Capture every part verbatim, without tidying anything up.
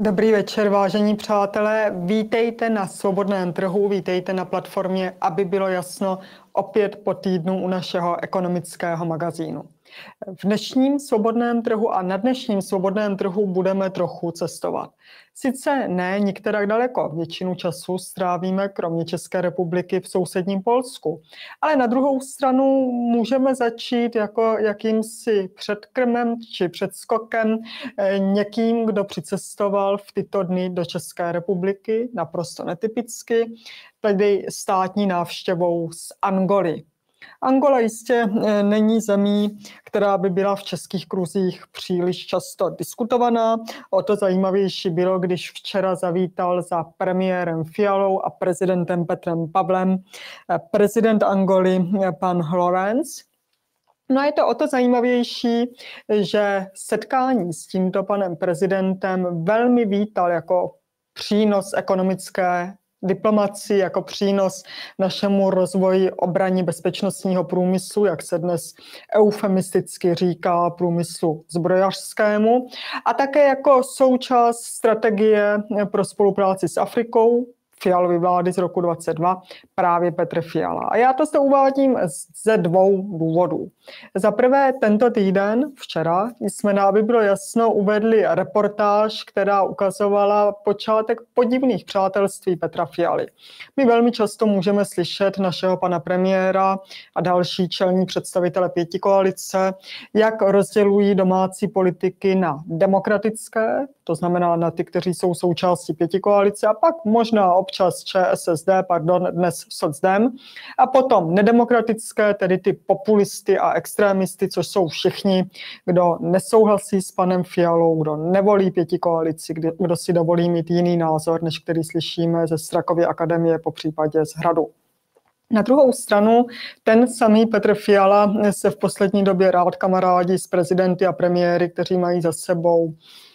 Dobrý večer, vážení přátelé. Vítejte na Svobodném trhu, vítejte na platformě, aby bylo jasno, opět po týdnu u našeho ekonomického magazínu. V dnešním Svobodném trhu a na dnešním Svobodném trhu budeme trochu cestovat. Sice ne některak daleko, většinu času strávíme kromě České republiky v sousedním Polsku, ale na druhou stranu můžeme začít jako jakýmsi předkrmem či předskokem někým, kdo přicestoval v tyto dny do České republiky, naprosto netypicky, tedy státní návštěvou z Angoly. Angola jistě není zemí, která by byla v českých kruzích příliš často diskutovaná. O to zajímavější bylo, když včera zavítal za premiérem Fialou a prezidentem Petrem Pavlem prezident Angoly pan Lourenço. No a je to o to zajímavější, že setkání s tímto panem prezidentem velmi vítal jako přínos ekonomické diplomaci, jako přínos našemu rozvoji obraní bezpečnostního průmyslu, jak se dnes eufemisticky říká, průmyslu zbrojařskému, a také jako součást strategie pro spolupráci s Afrikou, Fialovy vlády z roku dvacet dva, právě Petr Fiala. A já to zde uvádím ze dvou důvodů. Za prvé, tento týden, včera, jsme na Aby bylo jasno uvedli reportáž, která ukazovala počátek podivných přátelství Petra Fialy. My velmi často můžeme slyšet našeho pana premiéra a další čelní představitele pětikoalice, jak rozdělují domácí politiky na demokratické, to znamená na ty, kteří jsou součástí pětikoalice, a pak možná občas ČSSD, pardon, dnes socdem, a potom nedemokratické, tedy ty populisty a extrémisty, což jsou všichni, kdo nesouhlasí s panem Fialou, kdo nevolí pětikoalici, kdo si dovolí mít jiný názor, než který slyšíme ze Strakovy akademie, po případě z Hradu. Na druhou stranu, ten samý Petr Fiala se v poslední době rád kamarádí s prezidenty a premiéry, kteří mají za sebou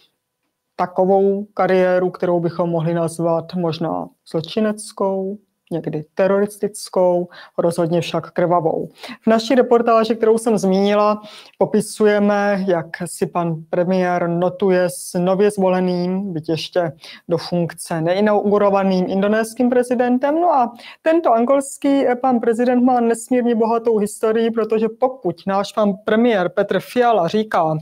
takovou kariéru, kterou bychom mohli nazvat možná zločineckou, někdy teroristickou, rozhodně však krvavou. V naší reportáži, kterou jsem zmínila, popisujeme, jak si pan premiér notuje s nově zvoleným, byť ještě do funkce neinaugurovaným indonéským prezidentem. No a tento angolský pan prezident má nesmírně bohatou historii, protože pokud náš pan premiér Petr Fiala říká,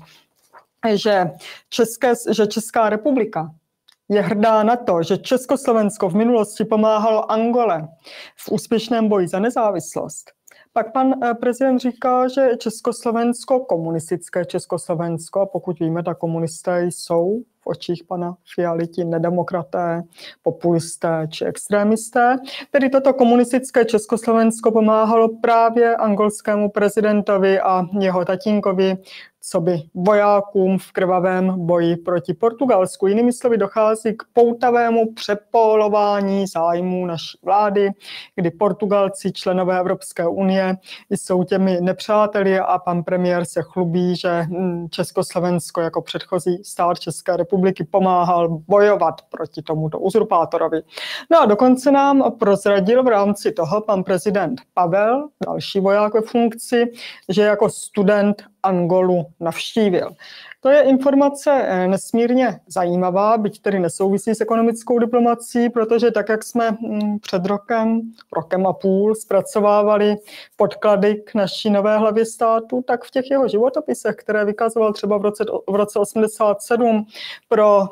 že, České, že Česká republika je hrdá na to, že Československo v minulosti pomáhalo Angole v úspěšném boji za nezávislost, pak pan prezident říká, že Československo, komunistické Československo, a pokud víme, tak komunisté jsou v očích pana Fialy ti nedemokraté, populisté či extrémisté. Tedy toto komunistické Československo pomáhalo právě angolskému prezidentovi a jeho tatínkovi, coby vojákům v krvavém boji proti Portugalsku. Jinými slovy, dochází k poutavému přepolování zájmů naší vlády, kdy Portugalci, členové Evropské unie, jsou těmi nepřáteli a pan premiér se chlubí, že Československo jako předchozí stát České republiky pomáhal bojovat proti tomuto uzurpátorovi. No a dokonce nám prozradil v rámci toho pan prezident Pavel, další voják ve funkci, že jako student Angolu navštívil. To je informace nesmírně zajímavá, byť tedy nesouvisí s ekonomickou diplomací, protože tak, jak jsme před rokem, rokem a půl zpracovávali podklady k naší nové hlavě státu, tak v těch jeho životopisech, které vykazoval třeba v roce, v roce osmdesát sedm pro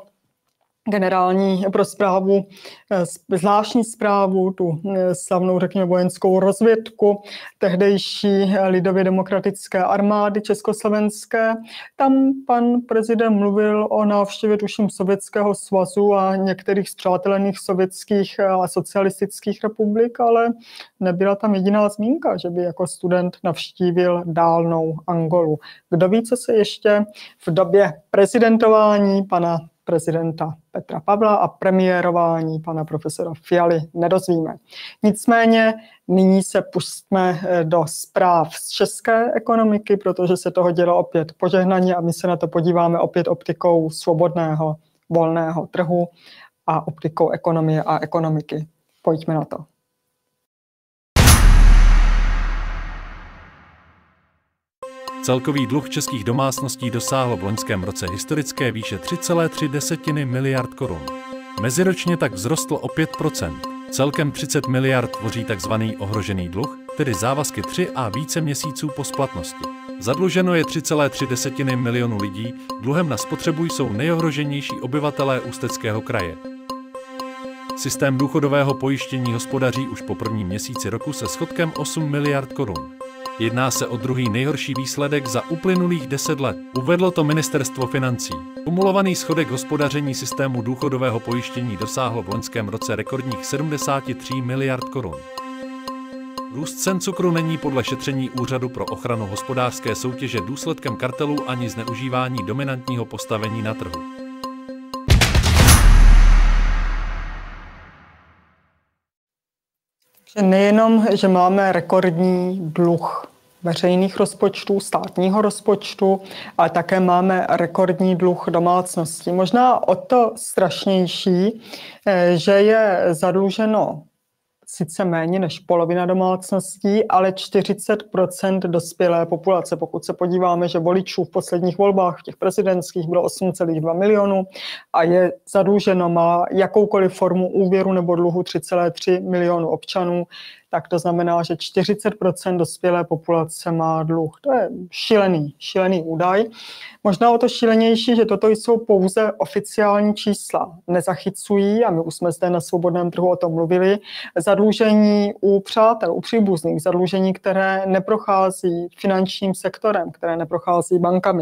generální pro zprávu, zvláštní zprávu, tu slavnou, řekněme, vojenskou rozvědku tehdejší lidově demokratické armády československé. Tam pan prezident mluvil o návštěvě, tuším, Sovětského svazu a některých spřátelených sovětských a socialistických republik, ale nebyla tam jediná zmínka, že by jako student navštívil dálnou Angolu. Kdo ví, co se ještě v době prezidentování pana prezidenta Petra Pavla a premiérování pana profesora Fialy nedozvíme. Nicméně nyní se pustíme do zpráv z české ekonomiky, protože se toho dělo opět požehnaně a my se na to podíváme opět optikou svobodného, volného trhu a optikou ekonomie a ekonomiky. Pojďme na to. Celkový dluh českých domácností dosáhl v loňském roce historické výše tři celé tři miliard korun. Meziročně tak vzrostl o pět procent. Celkem třicet miliard tvoří tzv. Ohrožený dluh, tedy závazky tři a více měsíců po splatnosti. Zadluženo je tři celé tři milionu lidí, dluhem na spotřebu jsou nejohroženější obyvatelé Ústeckého kraje. Systém důchodového pojištění hospodaří už po prvním měsíci roku se schodkem osm miliard korun. Jedná se o druhý nejhorší výsledek za uplynulých deset let. Uvedlo to Ministerstvo financí. Kumulovaný schodek hospodaření systému důchodového pojištění dosáhl v loňském roce rekordních sedmdesát tři miliard korun. Růst cen cukru není podle šetření Úřadu pro ochranu hospodářské soutěže důsledkem kartelů ani zneužívání dominantního postavení na trhu. Takže nejenom, že máme rekordní dluh veřejných rozpočtů, státního rozpočtu, ale také máme rekordní dluh domácností. Možná o to strašnější, že je zadluženo sice méně než polovina domácností, ale čtyřicet procent dospělé populace. Pokud se podíváme, že voličů v posledních volbách, v těch prezidentských, bylo osm celá dva milionu a je zadluženo, má jakoukoliv formu úvěru nebo dluhu tři celá tři milionu občanů, tak to znamená, že čtyřicet procent dospělé populace má dluh. To je šílený, šílený údaj. Možná o to šílenější, že toto jsou pouze oficiální čísla. Nezachycují, a my už jsme zde na svobodném trhu o tom mluvili, zadlužení u přátel, u příbuzných, zadlužení, které neprochází finančním sektorem, které neprochází bankami.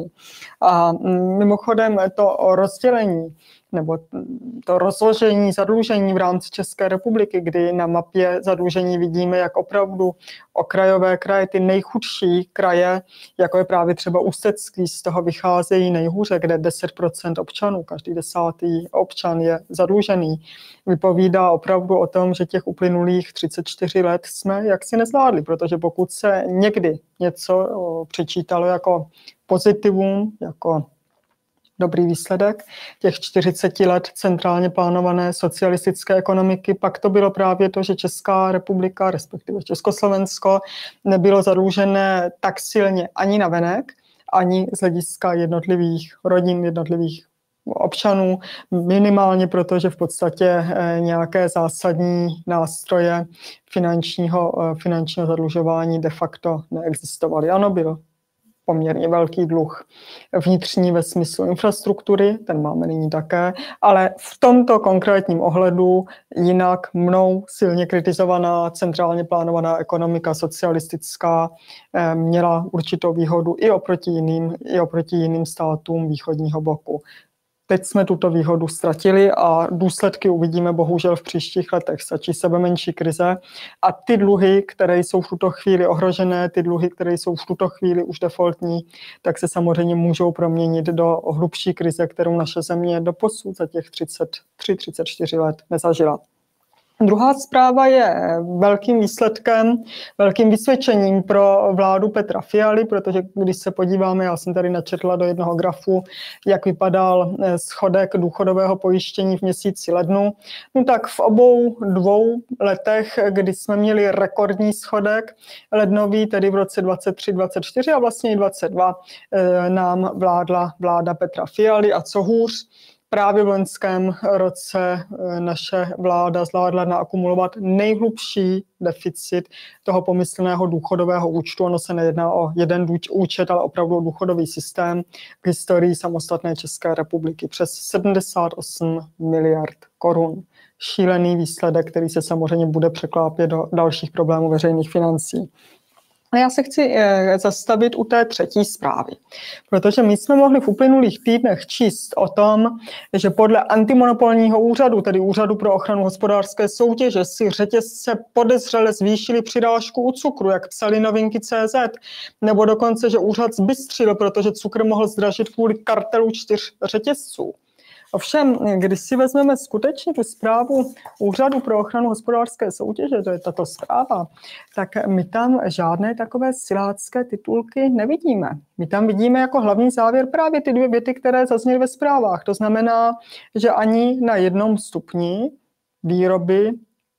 A mimochodem to rozdělení nebo to rozložení zadlužení v rámci České republiky, kdy na mapě zadlužení vidíme, jak opravdu okrajové kraje, ty nejchudší kraje, jako je právě třeba Ústecký, z toho vycházejí nejhůře, kde deset procent občanů, každý desátý občan je zadlužený. Vypovídá opravdu o tom, že těch uplynulých třicet čtyři let jsme jaksi nezvládli, protože pokud se někdy něco přečítalo jako pozitivum, jako dobrý výsledek těch čtyřicet let centrálně plánované socialistické ekonomiky, pak to bylo právě to, že Česká republika, respektive Československo, nebylo zadlužené tak silně ani navenek, ani z hlediska jednotlivých rodin, jednotlivých občanů, minimálně proto, že v podstatě nějaké zásadní nástroje finančního, finančního zadlužování de facto neexistovaly. Ano, bylo poměrně velký dluh vnitřní ve smyslu infrastruktury, ten máme nyní také, ale v tomto konkrétním ohledu jinak mnou silně kritizovaná centrálně plánovaná ekonomika socialistická měla určitou výhodu i oproti jiným, i oproti jiným státům východního bloku. Teď jsme tuto výhodu ztratili a důsledky uvidíme bohužel v příštích letech. Stačí sebe menší krize a ty dluhy, které jsou v tuto chvíli ohrožené, ty dluhy, které jsou v tuto chvíli už defaultní, tak se samozřejmě můžou proměnit do hlubší krize, kterou naše země doposud za těch třicet tři třicet čtyři let nezažila. Druhá zpráva je velkým výsledkem, velkým vysvědčením pro vládu Petra Fialy, protože když se podíváme, já jsem tady načetla do jednoho grafu, jak vypadal schodek důchodového pojištění v měsíci lednu, no tak v obou dvou letech, kdy jsme měli rekordní schodek lednový, tedy v roce dvacet tři dvacet čtyři a vlastně i dvacet dva, nám vládla vláda Petra Fialy a co hůř, právě v loňském roce naše vláda zvládla naakumulovat nejhlubší deficit toho pomyslného důchodového účtu. Ono se nejedná o jeden účet, ale opravdu o důchodový systém v historii samostatné České republiky. Přes sedmdesát osm miliard korun. Šílený výsledek, který se samozřejmě bude překlápět do dalších problémů veřejných financí. A já se chci zastavit u té třetí zprávy, protože my jsme mohli v uplynulých týdnech číst o tom, že podle antimonopolního úřadu, tedy Úřadu pro ochranu hospodářské soutěže, si řetězce podezřele zvýšili přidášku u cukru, jak psali novinky tečka cé zet, nebo dokonce, že úřad zbystřil, protože cukr mohl zdražit kvůli kartelu čtyř řetězců. Ovšem, když si vezmeme skutečně tu zprávu Úřadu pro ochranu hospodářské soutěže, to je tato zpráva, tak my tam žádné takové silácké titulky nevidíme. My tam vidíme jako hlavní závěr právě ty dvě věty, které zazněly ve zprávách. To znamená, že ani na jednom stupni výroby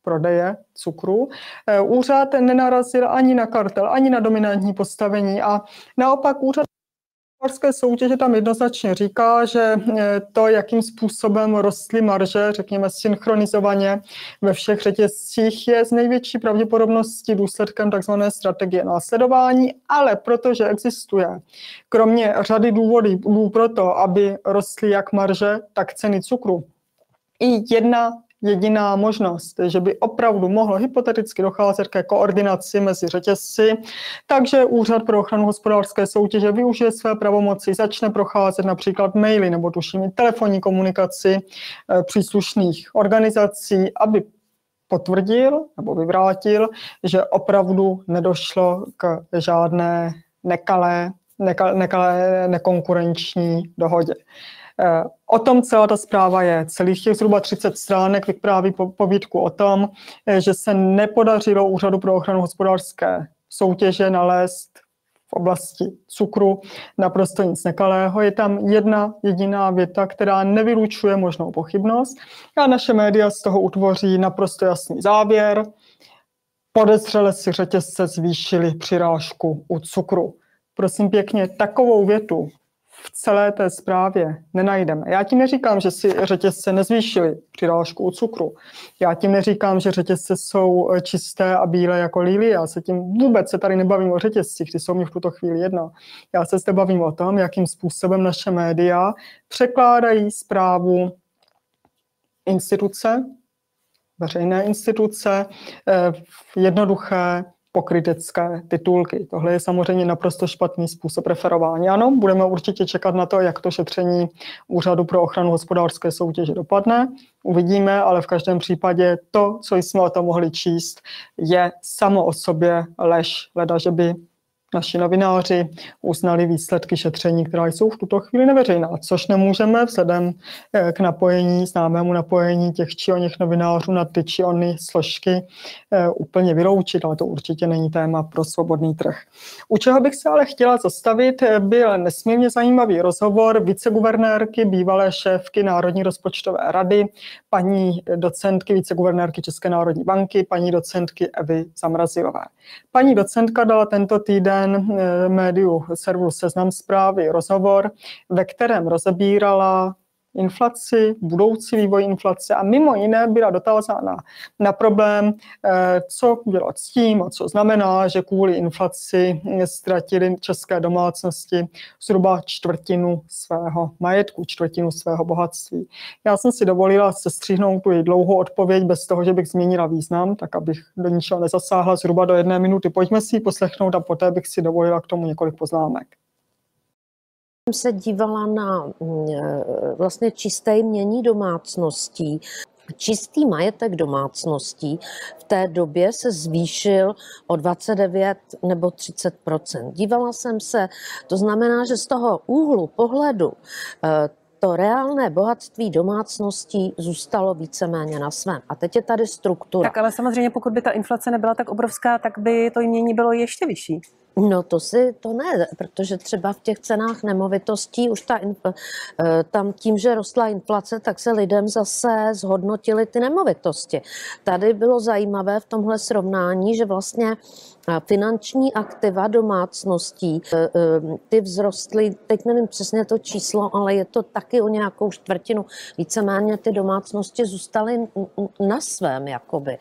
prodeje cukru. Úřad nenarazil ani na kartel, ani na dominantní postavení a naopak úřad hospodářské soutěže tam jednoznačně říká, že to, jakým způsobem rostly marže, řekněme synchronizovaně ve všech řetězcích, je z největší pravděpodobností důsledkem tzv. Strategie následování, ale protože existuje kromě řady důvodů pro to, aby rostly jak marže, tak ceny cukru, i jedna jediná možnost, že by opravdu mohlo hypoteticky docházet ke koordinaci mezi řetězci, takže Úřad pro ochranu hospodářské soutěže využije své pravomoci, začne procházet například maily nebo tuším i telefonní komunikaci příslušných organizací, aby potvrdil nebo vyvrátil, že opravdu nedošlo k žádné nekalé, nekalé, nekalé nekonkurenční dohodě. O tom celá ta zpráva je. Celých těch zhruba třicet stránek vypráví povídku o tom, že se nepodařilo Úřadu pro ochranu hospodářské soutěže nalézt v oblasti cukru naprosto nic nekalého. Je tam jedna jediná věta, která nevylučuje možnou pochybnost a naše média z toho utvoří naprosto jasný závěr. Podezřele si řetězce zvýšili přirážku u cukru. Prosím pěkně, takovou větu v celé té zprávě nenajdeme. Já tím neříkám, že si řetězce nezvýšily přirážku u cukru. Já tím neříkám, že řetězce jsou čisté a bílé jako líly. Já se tím vůbec se tady nebavím o řetězcích, ty jsou mi v tuto chvíli jedno. Já se zde bavím o tom, jakým způsobem naše média překládají zprávu instituce, veřejné instituce, v jednoduché pokrytecké titulky. Tohle je samozřejmě naprosto špatný způsob referování. Ano, budeme určitě čekat na to, jak to šetření Úřadu pro ochranu hospodářské soutěže dopadne. Uvidíme, ale v každém případě to, co jsme o tom mohli číst, je samo o sobě lež. Leda, že by naši novináři uznali výsledky šetření, která jsou v tuto chvíli neveřejná, což nemůžeme vzhledem k napojení, známému napojení těch či oněch novinářů na ty či ony složky úplně vyloučit, ale to určitě není téma pro svobodný trh. U čeho bych se ale chtěla zastavit, byl nesmírně zajímavý rozhovor viceguvernérky, bývalé šéfky Národní rozpočtové rady, paní docentky viceguvernérky České národní banky, paní docentky Evy Zamrazilové. Paní docentka dala tento týden médiu serveru Seznam Zprávy rozhovor, ve kterém rozebírala inflaci, budoucí vývoj inflace a mimo jiné byla dotázána na problém, co bylo s tím a co znamená, že kvůli inflaci ztratili české domácnosti zhruba čtvrtinu svého majetku, čtvrtinu svého bohatství. Já jsem si dovolila sestřihnout tu její dlouhou odpověď bez toho, že bych změnila význam, tak abych do ničeho nezasáhla zhruba do jedné minuty. Pojďme si ji poslechnout a poté bych si dovolila k tomu několik poznámek. Se dívala na vlastně čisté jmění domácností. Čistý majetek domácností v té době se zvýšil o dvacet devět nebo třicet procent. Dívala jsem se, to znamená, že z toho úhlu pohledu to reálné bohatství domácností zůstalo víceméně na svém. A teď je tady struktura. Tak ale samozřejmě, pokud by ta inflace nebyla tak obrovská, tak by to jmění bylo ještě vyšší. No to si to ne, protože třeba v těch cenách nemovitostí už ta, tam tím, že rostla inflace, tak se lidem zase zhodnotily ty nemovitosti. Tady bylo zajímavé v tomhle srovnání, že vlastně finanční aktiva domácností, ty vzrostly, teď nevím přesně to číslo, ale je to taky o nějakou čtvrtinu. Víceméně ty domácnosti zůstaly na svém jakoby.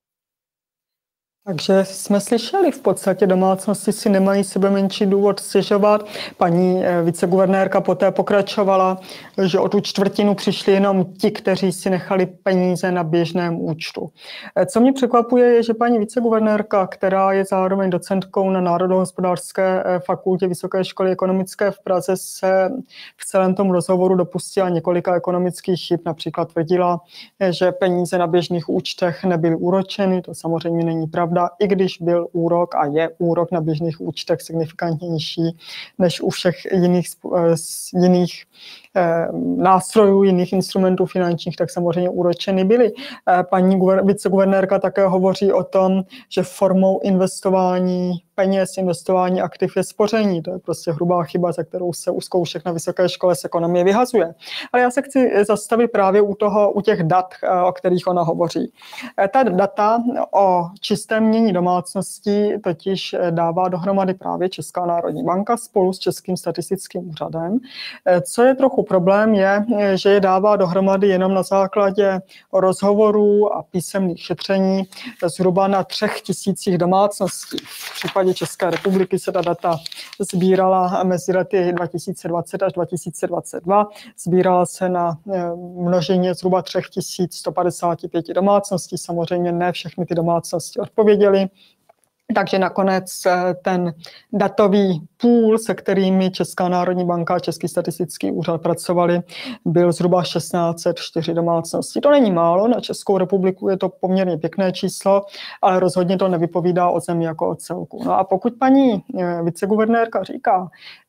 Takže jsme slyšeli, v podstatě domácnosti si nemají sebe menší důvod stěžovat. Paní viceguvernérka poté pokračovala, že o tu čtvrtinu přišli jenom ti, kteří si nechali peníze na běžném účtu. Co mě překvapuje, je, že paní viceguvernérka, která je zároveň docentkou na Národohospodářské fakultě Vysoké školy ekonomické v Praze, se v celém tom rozhovoru dopustila několika ekonomických chyb. Například tvrdila, že peníze na běžných účtech nebyly úročeny, to samozřejmě není pravda. I když byl úrok a je úrok na běžných účtech signifikantně nižší než u všech jiných, jiných eh, nástrojů, jiných instrumentů finančních, tak samozřejmě úročeny byly. Eh, paní viceguvernérka také hovoří o tom, že formou investování peněz, investování aktiv je spoření. To je prostě hrubá chyba, za kterou se u zkoušek na vysoké škole z ekonomie vyhazuje. Ale já se chci zastavit právě u toho, u těch dat, o kterých ona hovoří. Ta data o čistém mění domácností totiž dává dohromady právě Česká národní banka spolu s Českým statistickým úřadem. Co je trochu problém je, že je dává dohromady jenom na základě rozhovorů a písemných šetření zhruba na třech tisících domácností. V případě České republiky se ta data sbírala mezi lety dva tisíce dvacet až dva tisíce dvacet dva. Sbírala se na množině zhruba tři tisíce sto padesát pět domácností. Samozřejmě ne všechny ty domácnosti odpověděly. Takže nakonec ten datový půl, se kterými Česká národní banka a Český statistický úřad pracovali, byl zhruba šestnáct set čtyři domácnosti. To není málo, na Českou republiku je to poměrně pěkné číslo, ale rozhodně to nevypovídá o zemi jako o celku. No a pokud paní viceguvernérka říká,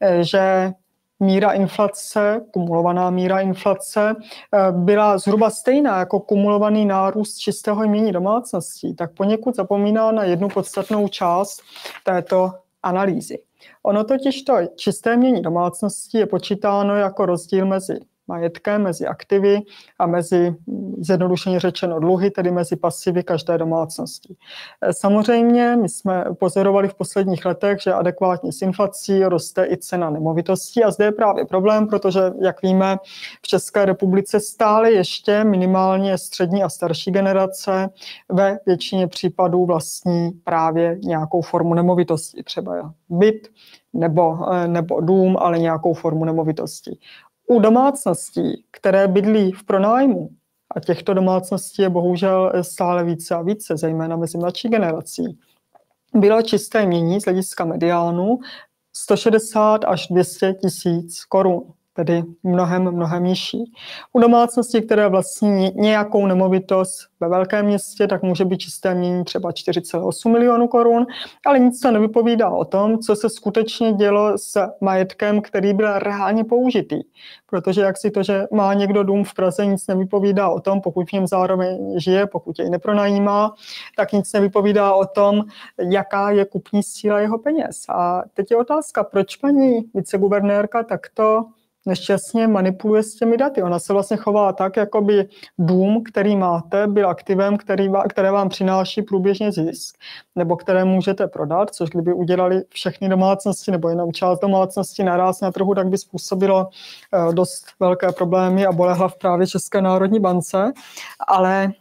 že míra inflace, kumulovaná míra inflace, byla zhruba stejná jako kumulovaný nárůst čistého jmění domácností, tak poněkud zapomíná na jednu podstatnou část této analýzy. Ono totiž to čisté jmění domácností je počítáno jako rozdíl mezi majetkem, mezi aktivy a mezi, zjednodušeně řečeno, dluhy, tedy mezi pasivy každé domácnosti. Samozřejmě my jsme pozorovali v posledních letech, že adekvátně s inflací roste i cena nemovitostí a zde je právě problém, protože, jak víme, v České republice stále ještě minimálně střední a starší generace ve většině případů vlastní právě nějakou formu nemovitosti, třeba byt nebo, nebo dům, ale nějakou formu nemovitosti. U domácností, které bydlí v pronájmu, a těchto domácností je bohužel stále více a více, zejména mezi mladší generací, bylo čisté jmění z hlediska mediánu sto šedesát až dvě stě tisíc korun, tedy mnohem, mnohem nižší. U domácností, které vlastní nějakou nemovitost ve velkém městě, tak může být čisté jmění třeba čtyři celé osm milionů korun, ale nic to nevypovídá o tom, co se skutečně dělo s majetkem, který byl reálně použitý. Protože jak si to, že má někdo dům v Praze, nic nevypovídá o tom, pokud v něm zároveň žije, pokud jej nepronajímá, tak nic nevypovídá o tom, jaká je kupní síla jeho peněz. A teď je otázka, proč paní viceguvernérka takto nešťastně manipuluje s těmi daty. Ona se vlastně chová tak, jako by dům, který máte, byl aktivem, který vám, které vám přináší průběžně zisk, nebo které můžete prodat, což kdyby udělali všechny domácnosti nebo jenom část domácnosti naraz na trhu, tak by způsobilo dost velké problémy a bolehlav právě České národní bance. Ale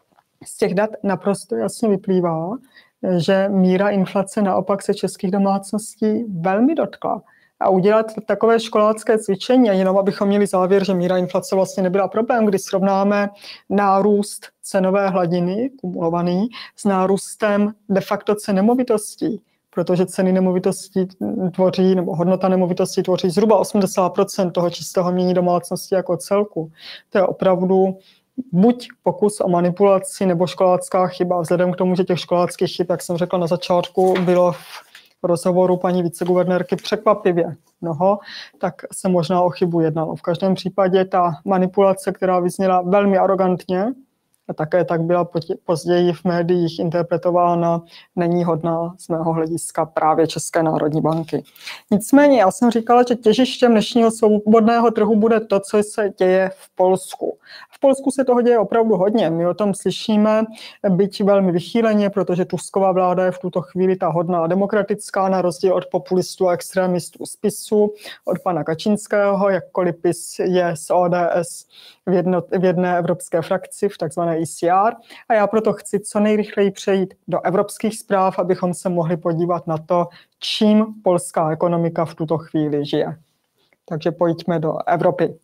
z těch dat naprosto jasně vyplývá, že míra inflace naopak se českých domácností velmi dotkla. A udělat takové školácké cvičení, jenom abychom měli závěr, že míra inflace vlastně nebyla problém, když srovnáme nárůst cenové hladiny, kumulovaný, s nárůstem de facto cen nemovitostí, protože ceny nemovitostí tvoří, nebo hodnota nemovitostí tvoří zhruba osmdesát procent toho čistého jmění domácnosti jako celku. To je opravdu buď pokus o manipulaci, nebo školácká chyba. Vzhledem k tomu, že těch školáckých chyb, jak jsem řekla na začátku, bylo v rozhovoru paní viceguvernérky překvapivě mnoho, tak se možná o chybu jednalo. V každém případě ta manipulace, která vyzněla velmi arrogantně, a také tak byla později v médiích interpretována, není hodná z mého hlediska právě České národní banky. Nicméně já jsem říkala, že těžištěm dnešního svobodného trhu bude to, co se děje v Polsku. V Polsku se toho děje opravdu hodně. My o tom slyšíme, byť velmi vychýleně, protože Tusková vláda je v tuto chvíli ta hodná a demokratická, na rozdíl od populistů a extremistů z PiSu, od pana Kačinského, jakkoliv PiS je z O D S v, jedno, v jedné evropské frakci, v takzvané E C R. A já proto chci co nejrychleji přejít do evropských zpráv, abychom se mohli podívat na to, čím polská ekonomika v tuto chvíli žije. Takže pojďme do Evropy.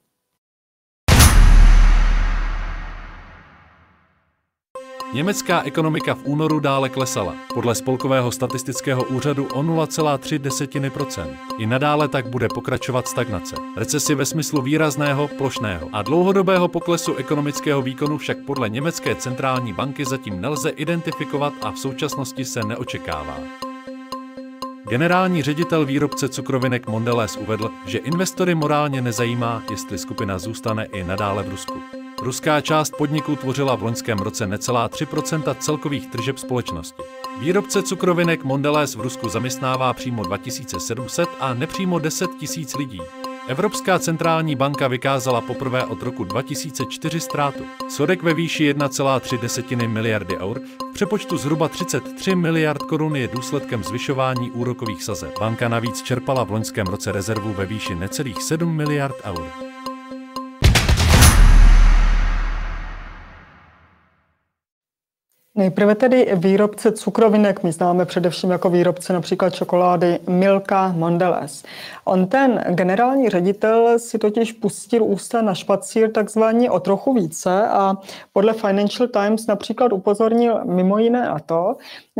Německá ekonomika v únoru dále klesala. Podle Spolkového statistického úřadu o nula celá tři procenta. I nadále tak bude pokračovat stagnace. Recesi ve smyslu výrazného, plošného a dlouhodobého poklesu ekonomického výkonu však podle německé centrální banky zatím nelze identifikovat a v současnosti se neočekává. Generální ředitel výrobce cukrovinek Mondelez uvedl, že investory morálně nezajímá, jestli skupina zůstane i nadále v Rusku. Ruská část podniku tvořila v loňském roce necelá tři procenta celkových tržeb společnosti. Výrobce cukrovinek Mondelez v Rusku zaměstnává přímo dva tisíce sedm set a nepřímo deset tisíc lidí. Evropská centrální banka vykázala poprvé od roku dva tisíce čtyři ztrátu. Schodek ve výši jedna celá tři miliardy eur, v přepočtu zhruba třicet tři miliard korun je důsledkem zvyšování úrokových sazeb. Banka navíc čerpala v loňském roce rezervu ve výši necelých sedm miliard eur. Nejprve tedy výrobce cukrovinek, my známe především jako výrobce například čokolády Milka Mondelez. On ten generální ředitel si totiž pustil ústa na špacír takzvaně o trochu více a podle Financial Times například upozornil mimo jiné na to,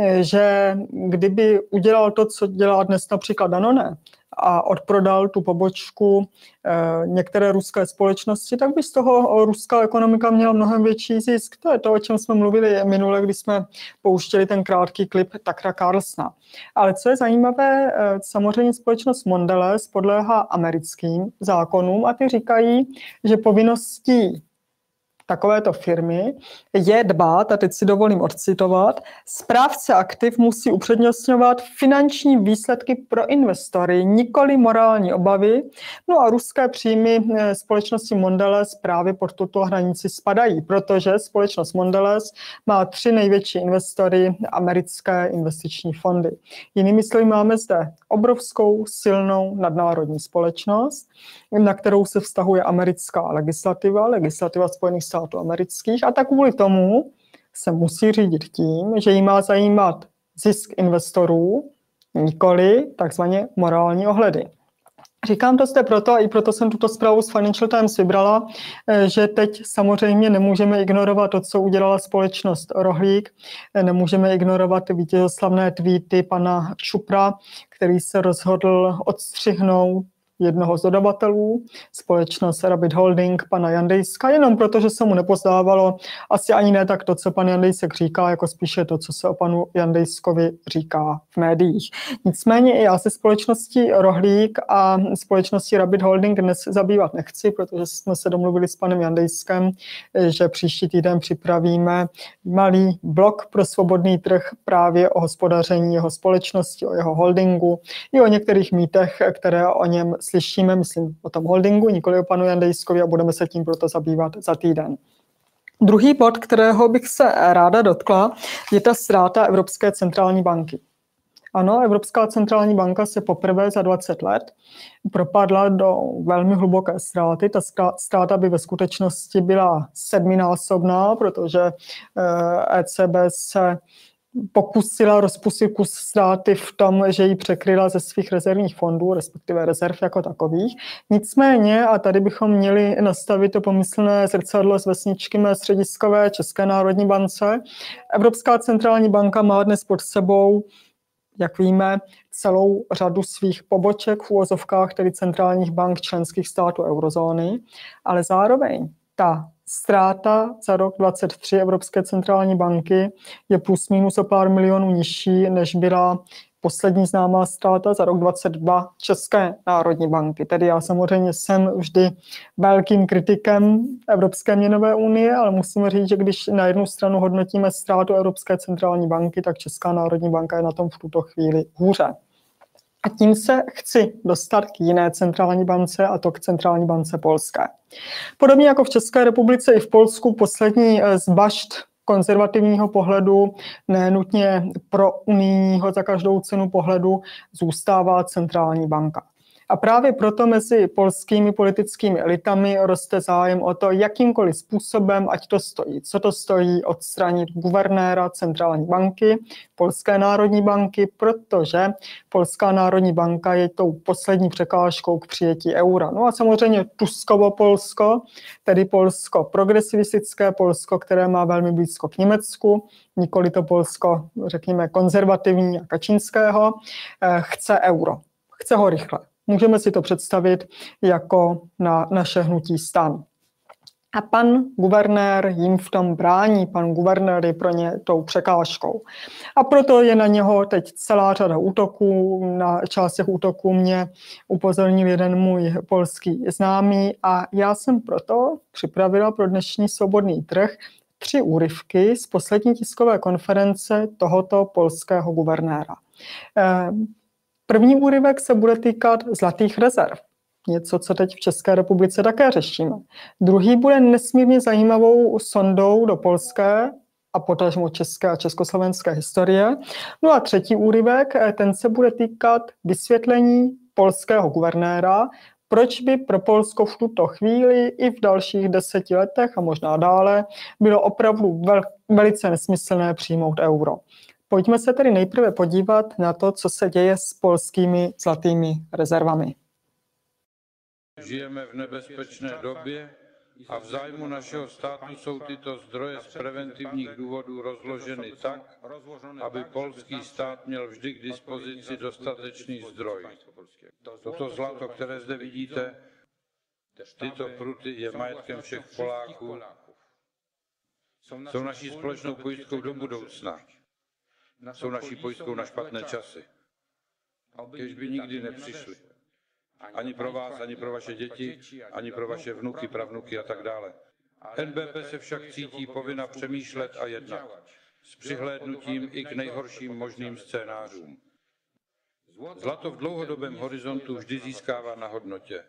že kdyby udělal to, co dělá dnes například Danone, a odprodal tu pobočku e, některé ruské společnosti, tak by z toho ruská ekonomika měla mnohem větší zisk. To je to, o čem jsme mluvili minule, když jsme pouštěli ten krátký klip Tuckera Carlsona. Ale co je zajímavé, e, samozřejmě společnost Mondelez podléhá americkým zákonům a ty říkají, že povinností takovéto firmy je dbát, a teď si dovolím odcitovat, správce aktiv musí upřednostňovat finanční výsledky pro investory, nikoli morální obavy. No a ruské příjmy společnosti Mondelez právě pod tuto hranici spadají, protože společnost Mondelez má tři největší investory, americké investiční fondy. Jinými slovy, máme zde obrovskou silnou nadnárodní společnost, na kterou se vztahuje americká legislativa, legislativa Spojených států amerických, a tak kvůli tomu se musí řídit tím, že jí má zajímat zisk investorů, nikoli takzvaně morální ohledy. Říkám to zde proto, a i proto jsem tuto zprávu z Financial Times vybrala, že teď samozřejmě nemůžeme ignorovat to, co udělala společnost Rohlík, nemůžeme ignorovat vítězoslavné tweety pana Čupra, který se rozhodl odstřihnout jednoho z dodavatelů, společnost Rabbit Holding, pana Jandejska, jenom proto, že se mu nepozdávalo asi ani ne tak to, co pan Jandejsek říká, jako spíše to, co se o panu Jandejskovi říká v médiích. Nicméně i já se společností Rohlík a společností Rabbit Holding dnes zabývat nechci, protože jsme se domluvili s panem Jandejskem, že příští týden připravíme malý blog pro svobodný trh právě o hospodaření jeho společnosti, o jeho holdingu i o některých mýtech, které o něm slyšíme, myslím o tom holdingu, nikoli o panu Jandejskovi, a budeme se tím proto zabývat za týden. Druhý bod, kterého bych se ráda dotkla, je ta ztráta Evropské centrální banky. Ano, Evropská centrální banka se poprvé za dvacet let propadla do velmi hluboké ztráty. Ta ztráta by ve skutečnosti byla sedminásobná, protože E C B se pokusila rozpustit kus ztráty v tom, že ji překryla ze svých rezervních fondů, respektive rezerv jako takových. Nicméně, a tady bychom měli nastavit to pomyslné zrcadlo z vesničky mé střediskové České národní bance, Evropská centrální banka má dnes pod sebou, jak víme, celou řadu svých poboček v uvozovkách, tedy centrálních bank členských států eurozóny, ale zároveň ta ztráta za rok dvacet tři Evropské centrální banky je plus minus o pár milionů nižší, než byla poslední známá ztráta za rok dvacet dva České národní banky. Tedy já samozřejmě jsem vždy velkým kritikem Evropské měnové unie, ale musíme říct, že když na jednu stranu hodnotíme ztrátu Evropské centrální banky, tak Česká národní banka je na tom v tuto chvíli hůře. A tím se chci dostat k jiné centrální bance, a to k centrální bance polské. Podobně jako v České republice i v Polsku poslední z bašt konzervativního pohledu, nenutně pro unijního za každou cenu pohledu, zůstává centrální banka. A právě proto mezi polskými politickými elitami roste zájem o to, jakýmkoliv způsobem, ať to stojí, co to stojí, odstranit guvernéra centrální banky, Polské národní banky, protože Polská národní banka je tou poslední překážkou k přijetí eura. No a samozřejmě Tuskovo Polsko, tedy Polsko progresivistické Polsko, které má velmi blízko k Německu, nikoli to Polsko, řekněme, konzervativní a Kačínského, chce euro. Chce ho rychle. Můžeme si to představit jako na naše hnutí STAN. A pan guvernér jim v tom brání, pan guvernér je pro ně tou překážkou. A proto je na něho teď celá řada útoků. Na část těch útoků mě upozornil jeden můj polský známý a já jsem proto připravila pro dnešní svobodný trh tři úryvky z poslední tiskové konference tohoto polského guvernéra. První úryvek se bude týkat zlatých rezerv. Něco, co teď v České republice také řešíme. Druhý bude nesmírně zajímavou sondou do polské a potažmo české a československé historie. No a třetí úryvek, ten se bude týkat vysvětlení polského guvernéra, proč by pro Polsko v tuto chvíli i v dalších deseti letech a možná dále bylo opravdu vel, velice nesmyslné přijmout euro. Pojďme se tedy nejprve podívat na to, co se děje s polskými zlatými rezervami. Žijeme v nebezpečné době a v zájmu našeho státu jsou tyto zdroje z preventivních důvodů rozloženy tak, aby polský stát měl vždy k dispozici dostatečný zdroj. Toto zlato, které zde vidíte, tyto pruty je majetkem všech Poláků, jsou naší společnou pojistkou do budoucna, jsou naší pojistkou na špatné časy, když by nikdy nepřišly. Ani pro vás, ani pro vaše děti, ani pro vaše vnuky, pravnuky a tak dále. N B P se však cítí povinna přemýšlet a jednat s přihlédnutím i k nejhorším možným scénářům. Zlato v dlouhodobém horizontu vždy získává na hodnotě.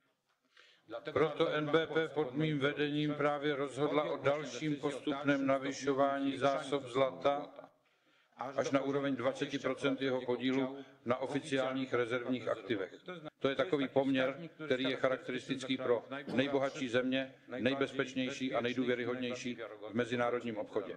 Proto N B P pod mým vedením právě rozhodla o dalším postupném navyšování zásob zlata až na úroveň dvacet procent jeho podílu na oficiálních rezervních aktivech. To je takový poměr, který je charakteristický pro nejbohatší země, nejbezpečnější a nejdůvěryhodnější v mezinárodním obchodě.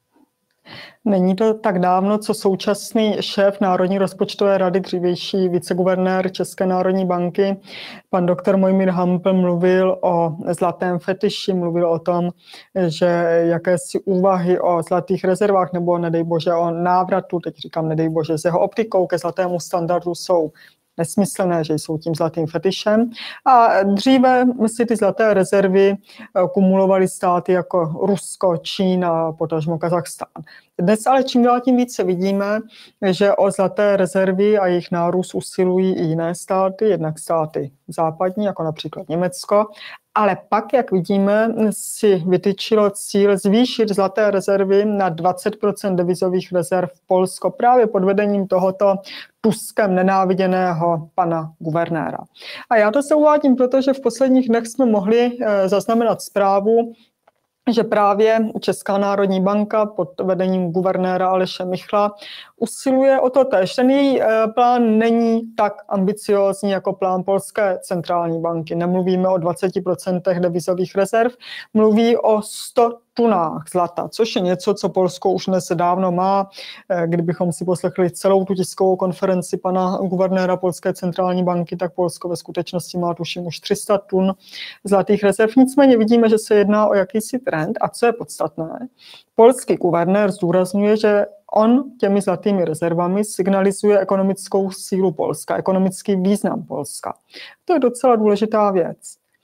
Není to tak dávno, co současný šéf Národní rozpočtové rady, dřívější viceguvernér České národní banky, pan doktor Mojmír Hampl, mluvil o zlatém fetiši, mluvil o tom, že jakési úvahy o zlatých rezervách nebo nedej bože o návratu, teď říkám nedej bože, s jeho optikou ke zlatému standardu jsou nesmyslné, že jsou tím zlatým fetišem. A dříve si ty zlaté rezervy kumulovaly státy jako Rusko, Čína, potažmo Kazachstán. Dnes ale čím dál tím více vidíme, že o zlaté rezervy a jejich nárůst usilují i jiné státy, jednak státy západní, jako například Německo, ale pak, jak vidíme, si vytyčilo cíl zvýšit zlaté rezervy na dvacet procent devizových rezerv Polsko právě pod vedením tohoto Tuskem nenáviděného pana guvernéra. A já to se uvádím, protože v posledních dnech jsme mohli zaznamenat zprávu, že právě Česká národní banka pod vedením guvernéra Aleše Michla usiluje o to též. Ten její plán není tak ambiciózní jako plán Polské centrální banky. Nemluvíme o dvaceti procentech devizových rezerv, mluví o sto tunách zlata, což je něco, co Polsko už dnes dávno má. Kdybychom si poslechli celou tu tiskovou konferenci pana guvernéra Polské centrální banky, tak Polsko ve skutečnosti má tuším už tři sta tun zlatých rezerv. Nicméně vidíme, že se jedná o jakýsi trend a co je podstatné, polský guvernér zdůrazňuje, že on těmi zlatými rezervami signalizuje ekonomickou sílu Polska, ekonomický význam Polska. To je docela důležitá věc.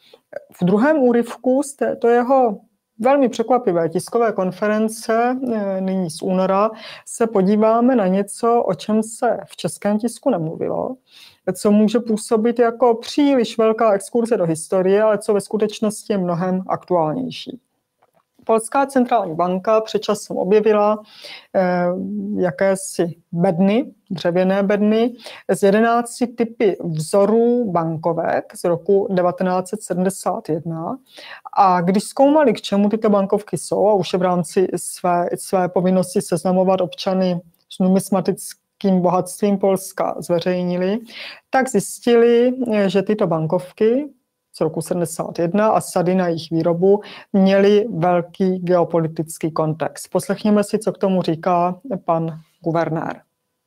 V druhém úryvku z této jeho velmi překvapivé tiskové konference nyní z února se podíváme na něco, o čem se v českém tisku nemluvilo, co může působit jako příliš velká exkurze do historie, ale co ve skutečnosti je mnohem aktuálnější. Polská centrální banka před časem objevila eh, jakési bedny, dřevěné bedny s jedenácti typy vzorů bankovek z roku devatenáct set sedmdesát jedna. A když zkoumali, k čemu tyto bankovky jsou, a už je v rámci své, své povinnosti seznamovat občany s numismatickým bohatstvím Polska zveřejnili, tak zjistili, že tyto bankovky z roku sedmdesát jedna a sady na jejich výrobu měly velký geopolitický kontext. Poslechněme si, co k tomu říká pan guvernér.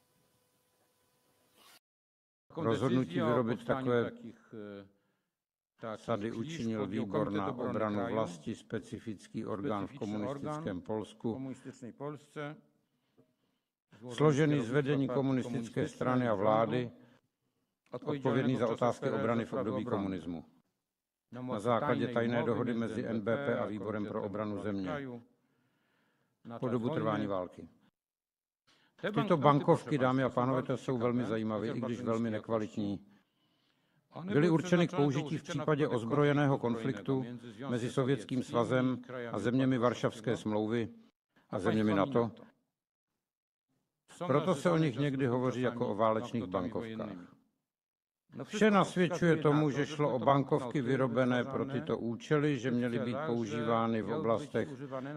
Rozhodnutí vyrobit takové sady učinil výbor na obranu vlasti, specifický orgán v komunistickém Polsku, složený z vedení komunistické strany a vlády, odpovědný za otázky obrany v období komunismu. Na základě tajné dohody mezi N B P a Výborem pro obranu země po dobu trvání války. Tyto bankovky, dámy a pánové, to jsou velmi zajímavé, i když velmi nekvalitní. byly určeny k použití v případě ozbrojeného konfliktu mezi Sovětským svazem a zeměmi Varšavské smlouvy a zeměmi NATO. Proto se o nich někdy hovoří jako o válečných bankovkách. Vše nasvědčuje tomu, že šlo o bankovky vyrobené pro tyto účely, že měly být používány v oblastech,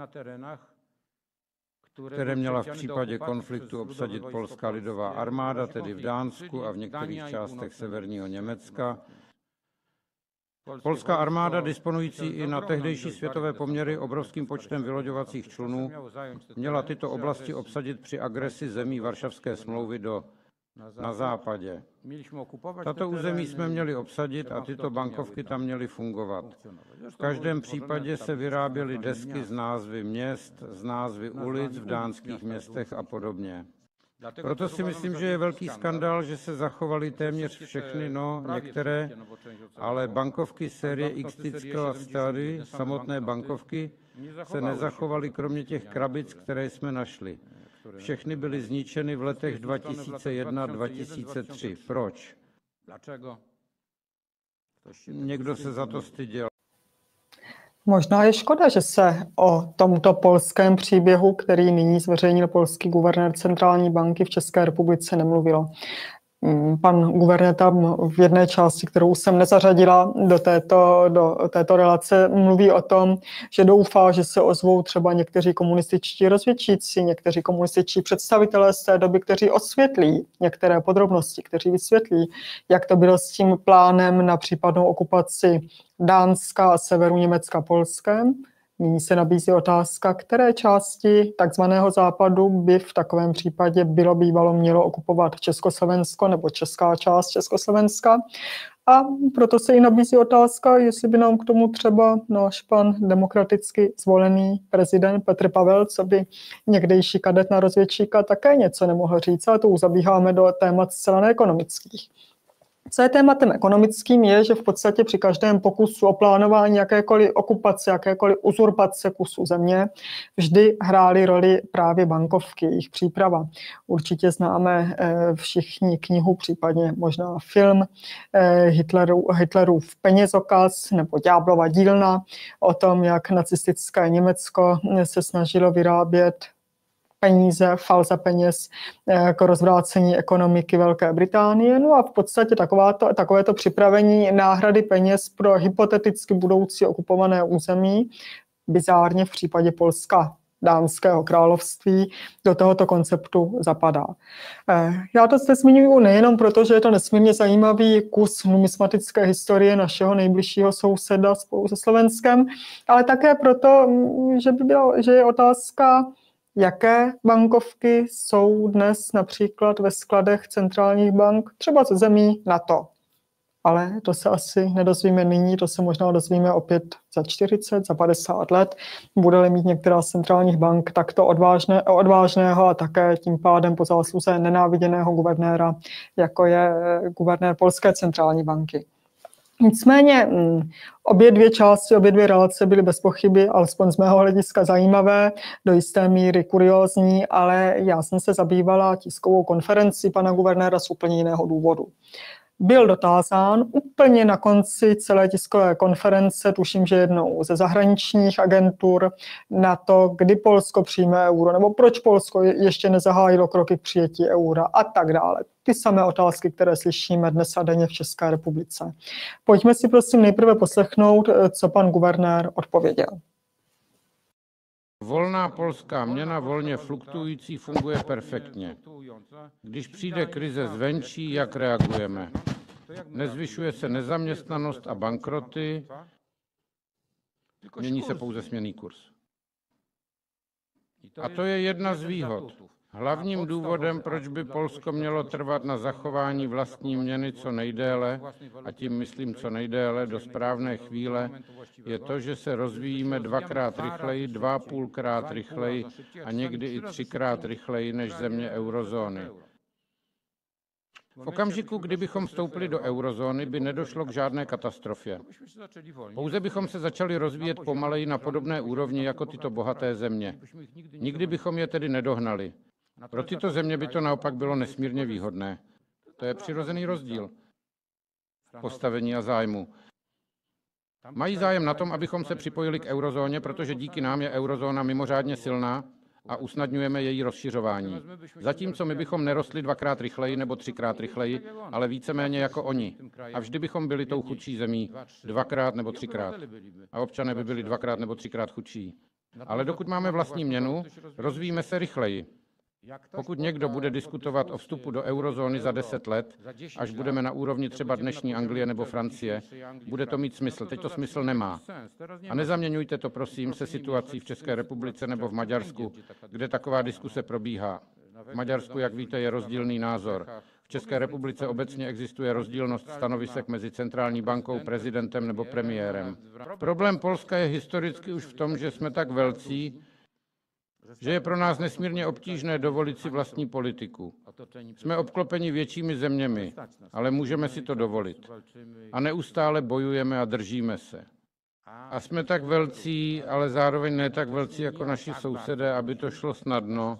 které měla v případě konfliktu obsadit polská lidová armáda, tedy v Dánsku a v některých částech severního Německa. Polská armáda, disponující i na tehdejší světové poměry obrovským počtem vyloďovacích člunů, měla tyto oblasti obsadit při agresi zemí Varšavské smlouvy do na západě. Tato území jsme měli obsadit a tyto bankovky tam měly fungovat. V každém případě se vyráběly desky s názvy měst, s názvy ulic v dánských městech a podobně. Proto si myslím, že je velký skandál, že se zachovaly téměř všechny, no některé, ale bankovky série X a Stary, samotné bankovky, se nezachovaly kromě těch krabic, které jsme našli. Všechny byly zničeny v letech dva tisíce jedna až dva tisíce tři. Proč? Někdo se za to styděl. Možná je škoda, že se o tomto polském příběhu, který nyní zveřejnil polský guvernér centrální banky v České republice, nemluvilo. Pan guvernér tam v jedné části, kterou jsem nezařadila do této, do této relace, mluví o tom, že doufá, že se ozvou třeba někteří komunističtí rozvědčíci, někteří komunističtí představitelé z té doby, kteří osvětlí některé podrobnosti, kteří vysvětlí, jak to bylo s tím plánem na případnou okupaci Dánska a severu Německa Polskem. Nyní se nabízí otázka, které části takzvaného západu by v takovém případě bylo bývalo mělo okupovat Československo nebo česká část Československa. A proto se i nabízí otázka, jestli by nám k tomu třeba náš pan demokraticky zvolený prezident Petr Pavel, co by někdejší kadet na rozvědčíka, také něco nemohl říct, ale to už zabíháme do témat zcela neekonomických. Co je tématem ekonomickým, je, že v podstatě při každém pokusu o plánování jakékoliv okupace, jakékoliv uzurpace kusu země vždy hrály roli právě bankovky, jejich příprava. Určitě známe všichni knihu, případně možná film Hitleru, Hitlerův penězokaz nebo Ďáblova dílna o tom, jak nacistické Německo se snažilo vyrábět peníze, falza peněz k rozvrácení ekonomiky Velké Británie. No a v podstatě takováto, takovéto připravení náhrady peněz pro hypoteticky budoucí okupované území, bizárně v případě Polska, Dánského království, do tohoto konceptu zapadá. Já to zde zmiňuji nejenom proto, že je to nesmírně zajímavý kus numismatické historie našeho nejbližšího souseda spolu se Slovenskem, ale také proto, že, by bylo, že je otázka, jaké bankovky jsou dnes například ve skladech centrálních bank, třeba ze zemí NATO. Ale to se asi nedozvíme nyní, to se možná dozvíme opět za čtyřicet, za padesát let. Bude-li mít některá z centrálních bank takto odvážné, odvážného a také tím pádem po zásluze nenáviděného guvernéra, jako je guvernér Polské centrální banky. Nicméně obě dvě části, obě dvě relace byly bez pochyby, alespoň z mého hlediska zajímavé, do jisté míry kuriózní, ale já jsem se zabývala tiskovou konferenci pana guvernéra z úplně jiného důvodu. Byl dotázán úplně na konci celé tiskové konference, tuším, že jednou ze zahraničních agentur, na to, kdy Polsko přijme euro, nebo proč Polsko ještě nezahájilo kroky k přijetí eura a tak dále. Ty samé otázky, které slyšíme dnes a denně v České republice. Pojďme si prosím nejprve poslechnout, co pan guvernér odpověděl. Volná polská měna, volně fluktuující, funguje perfektně. Když přijde krize zvenčí, jak reagujeme? Nezvyšuje se nezaměstnanost a bankroty, mění se pouze směnný kurz. A to je jedna z výhod. Hlavním důvodem, proč by Polsko mělo trvat na zachování vlastní měny co nejdéle, a tím myslím co nejdéle do správné chvíle, je to, že se rozvíjíme dvakrát rychleji, dva půlkrát rychleji a někdy i třikrát rychleji než země eurozóny. V okamžiku, kdybychom vstoupili do eurozóny, by nedošlo k žádné katastrofě. Pouze bychom se začali rozvíjet pomaleji na podobné úrovni jako tyto bohaté země. Nikdy bychom je tedy nedohnali. Pro tyto země by to naopak bylo nesmírně výhodné. To je přirozený rozdíl. postavení a zájmu. Mají zájem na tom, abychom se připojili k eurozóně, protože díky nám je eurozóna mimořádně silná a usnadňujeme její rozšiřování. Zatímco my bychom nerostli dvakrát rychleji nebo třikrát rychleji, ale víceméně jako oni. A vždy bychom byli tou chudší zemí dvakrát nebo třikrát. A občané by byli dvakrát nebo třikrát chudší. Ale dokud máme vlastní měnu, rozvíjíme se rychleji. Pokud někdo bude diskutovat o vstupu do eurozóny za deset let, až budeme na úrovni třeba dnešní Anglie nebo Francie, bude to mít smysl. Teď to smysl nemá. A nezaměňujte to, prosím, se situací v České republice nebo v Maďarsku, kde taková diskuse probíhá. V Maďarsku, jak víte, je rozdílný názor. V České republice obecně existuje rozdílnost stanovisek mezi centrální bankou, prezidentem nebo premiérem. Problém Polska je historicky už v tom, že jsme tak velcí, že je pro nás nesmírně obtížné dovolit si vlastní politiku. Jsme obklopeni většími zeměmi, ale můžeme si to dovolit. A neustále bojujeme a držíme se. A jsme tak velcí, ale zároveň ne tak velcí jako naši sousedé, aby to šlo snadno.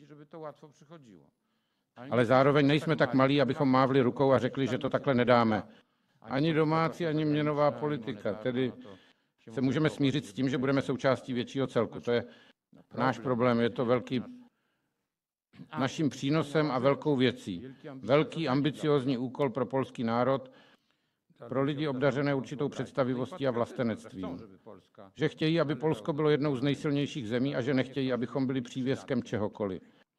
Ale zároveň nejsme tak malí, abychom mávli rukou a řekli, že to takhle nedáme. Ani domácí, ani měnová politika. Tedy se můžeme smířit s tím, že budeme součástí většího celku. To je náš problém, je to velký naším přínosem a velkou věcí. Velký ambiciózní úkol pro polský národ, pro lidi obdařené určitou představivostí a vlastenectvím. Že chtějí, aby Polsko bylo jednou z nejsilnějších zemí a že nechtějí, abychom byli přívěskem čehokoliv.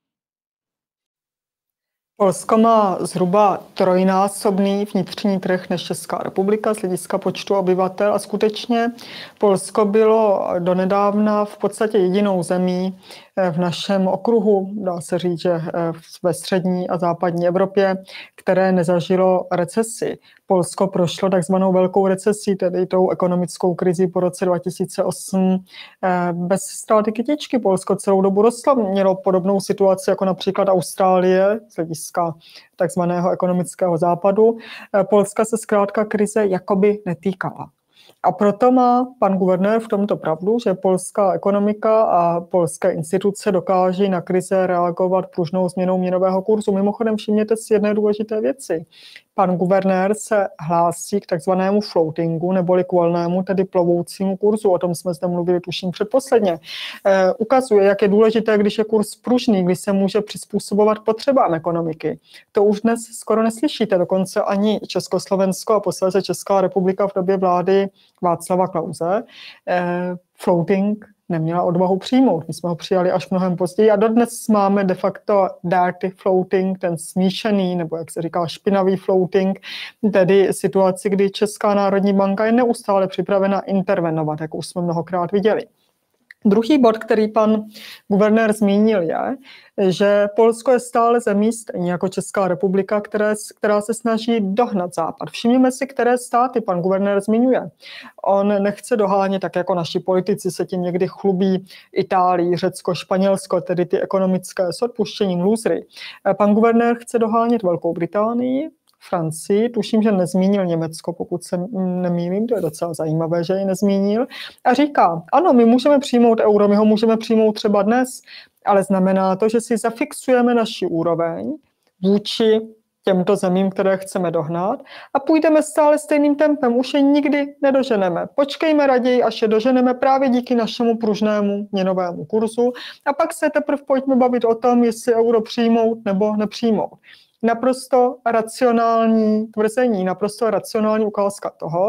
Polsko má zhruba trojnásobný vnitřní trh než Česká republika z hlediska počtu obyvatel a skutečně Polsko bylo donedávna v podstatě jedinou zemí v našem okruhu, dá se říct, že ve střední a západní Evropě, které nezažilo recesi. Polsko prošlo takzvanou velkou recesí, tedy tou ekonomickou krizi po roce dva tisíce osm. Bez ztráty kytičky Polsko celou dobu rostlo, mělo podobnou situaci jako například Austrálie z hlediska takzvaného ekonomického západu. Polska se zkrátka krize jakoby netýkala. A proto má pan guvernér v tomto pravdu, že polská ekonomika a polské instituce dokáží na krize reagovat pružnou změnou měnového kurzu. Mimochodem všimněte si jedné důležité věci. Pan guvernér se hlásí k takzvanému floatingu, neboli k volnému, tedy plovoucímu kurzu. O tom jsme zde mluvili, tuším, předposledně. E, ukazuje, jak je důležité, když je kurz pružný, když se může přizpůsobovat potřebám ekonomiky. To už dnes skoro neslyšíte, dokonce ani Československo a posléze Česká republika v době vlády Václava Klause. E, floating neměla odvahu přijmout. My jsme ho přijali až mnohem později a dodnes máme de facto dirty floating, ten smíšený, nebo jak se říká, špinavý floating, tedy situaci, kdy Česká národní banka je neustále připravena intervenovat, jak už jsme mnohokrát viděli. Druhý bod, který pan guvernér zmínil, je, že Polsko je stále zemí, stejně jako Česká republika, které, která se snaží dohnat Západ. Všimněme si, které státy pan guvernér zmiňuje. On nechce dohánět, tak jako naši politici se tím někdy chlubí, Itálii, Řecko, Španělsko, tedy ty ekonomické s odpuštěním lůzry. Pan guvernér chce dohánět Velkou Británii, Francii, tuším, že nezmínil Německo, pokud se nemýlím, to je docela zajímavé, že ji nezmínil. A říká, ano, my můžeme přijmout euro, my ho můžeme přijmout třeba dnes, ale znamená to, že si zafixujeme naši úroveň vůči těmto zemím, které chceme dohnat a půjdeme stále stejným tempem, už je nikdy nedoženeme. Počkejme raději, až je doženeme právě díky našemu pružnému měnovému kurzu a pak se teprve pojďme bavit o tom, jestli euro přijmout nebo nepřijmout. Naprosto racionální tvrzení, naprosto racionální ukázka toho,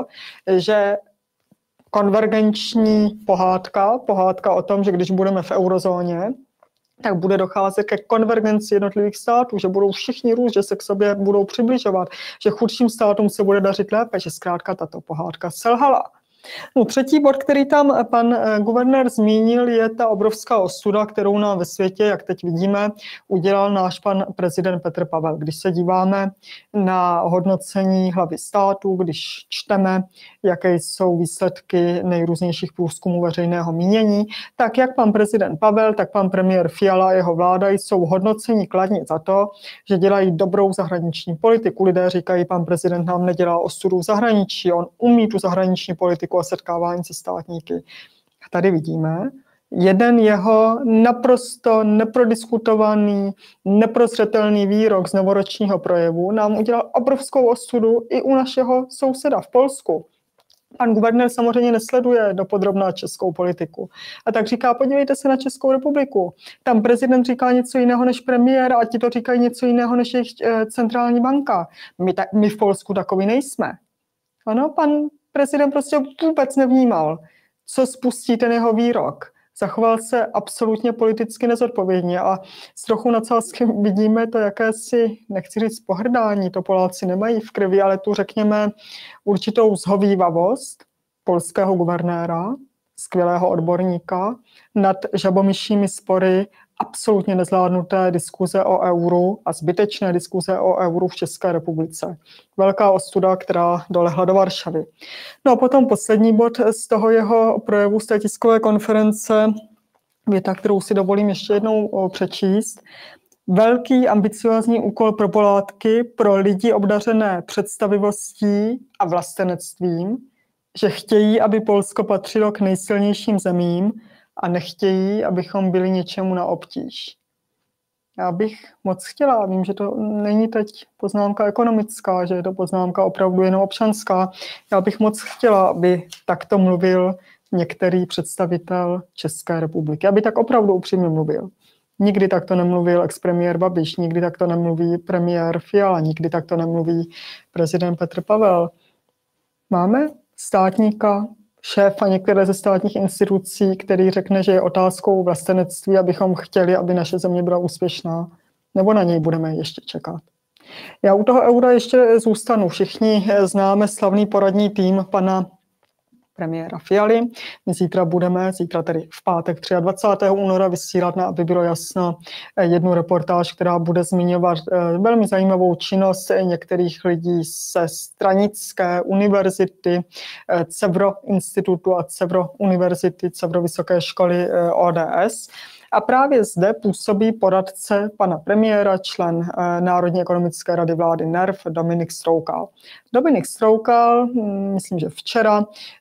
že konvergenční pohádka, pohádka o tom, že když budeme v eurozóně, tak bude docházet ke konvergenci jednotlivých států, že budou všichni růst, že se k sobě budou přibližovat, že chudším státům se bude dařit lépe, že zkrátka tato pohádka selhala. No, třetí bod, který tam pan guvernér zmínil, je ta obrovská ostuda, kterou nám ve světě, jak teď vidíme, udělal náš pan prezident Petr Pavel. Když se díváme na hodnocení hlavy státu, když čteme, jaké jsou výsledky nejrůznějších průzkumů veřejného mínění, tak jak pan prezident Pavel, tak pan premiér Fiala a jeho vláda jsou hodnocení kladně za to, že dělají dobrou zahraniční politiku. Lidé říkají, pan prezident nám nedělá ostudu v zahraničí, on umí tu zahraniční politiku a setkávání se státníky. A tady vidíme, jeden jeho naprosto neprodiskutovaný, neprozřetelný výrok z novoročního projevu nám udělal obrovskou ostudu i u našeho souseda v Polsku. Pan guvernér samozřejmě nesleduje dopodrobná českou politiku. A tak říká, podívejte se na Českou republiku. Tam prezident říká něco jiného než premiér a ti to říkají něco jiného než jejich centrální banka. My, ta, my v Polsku takový nejsme. Ano, pan prezident prostě vůbec nevnímal, co spustí ten jeho výrok. Zachoval se absolutně politicky nezodpovědně a s trochu nadsázkem vidíme to jakési, nechci říct pohrdání, to Poláci nemají v krvi, ale tu řekněme určitou zhovívavost polského guvernéra, skvělého odborníka, nad žabomyšími spory absolutně nezvládnuté diskuze o euru a zbytečné diskuze o euru v České republice. Velká ostuda, která dolehla do Varšavy. No a potom poslední bod z toho jeho projevu z té tiskové konference, věta, kterou si dovolím ještě jednou přečíst. Velký ambiciozní úkol pro Poláky, pro lidi obdařené představivostí a vlastenectvím, že chtějí, aby Polsko patřilo k nejsilnějším zemím, a nechtějí, abychom byli něčemu na obtíž. Já bych moc chtěla, vím, že to není teď poznámka ekonomická, že je to poznámka opravdu jenom občanská, já bych moc chtěla, aby takto mluvil některý představitel České republiky, aby tak opravdu upřímně mluvil. Nikdy takto nemluvil expremiér Babiš, nikdy takto nemluví premiér Fiala, nikdy takto nemluví prezident Petr Pavel. Máme státníka, šéfa některé ze státních institucí, který řekne, že je otázkou vlastenectví, abychom chtěli, aby naše země byla úspěšná, nebo na něj budeme ještě čekat. Já u toho eura ještě zůstanu. Všichni známe slavný poradní tým pana premiéra Fialy. My zítra budeme, zítra tedy v pátek dvacátého třetího února vysílat, na, aby bylo jasno, jednu reportáž, která bude zmiňovat velmi zajímavou činnost některých lidí ze stranické univerzity, Cevro institutu a Cevro univerzity, Cevro vysoké školy O D S. A právě zde působí poradce pana premiéra, člen Národní ekonomické rady vlády N E R V, Dominik Stroukal. Dominik Stroukal, myslím, že včera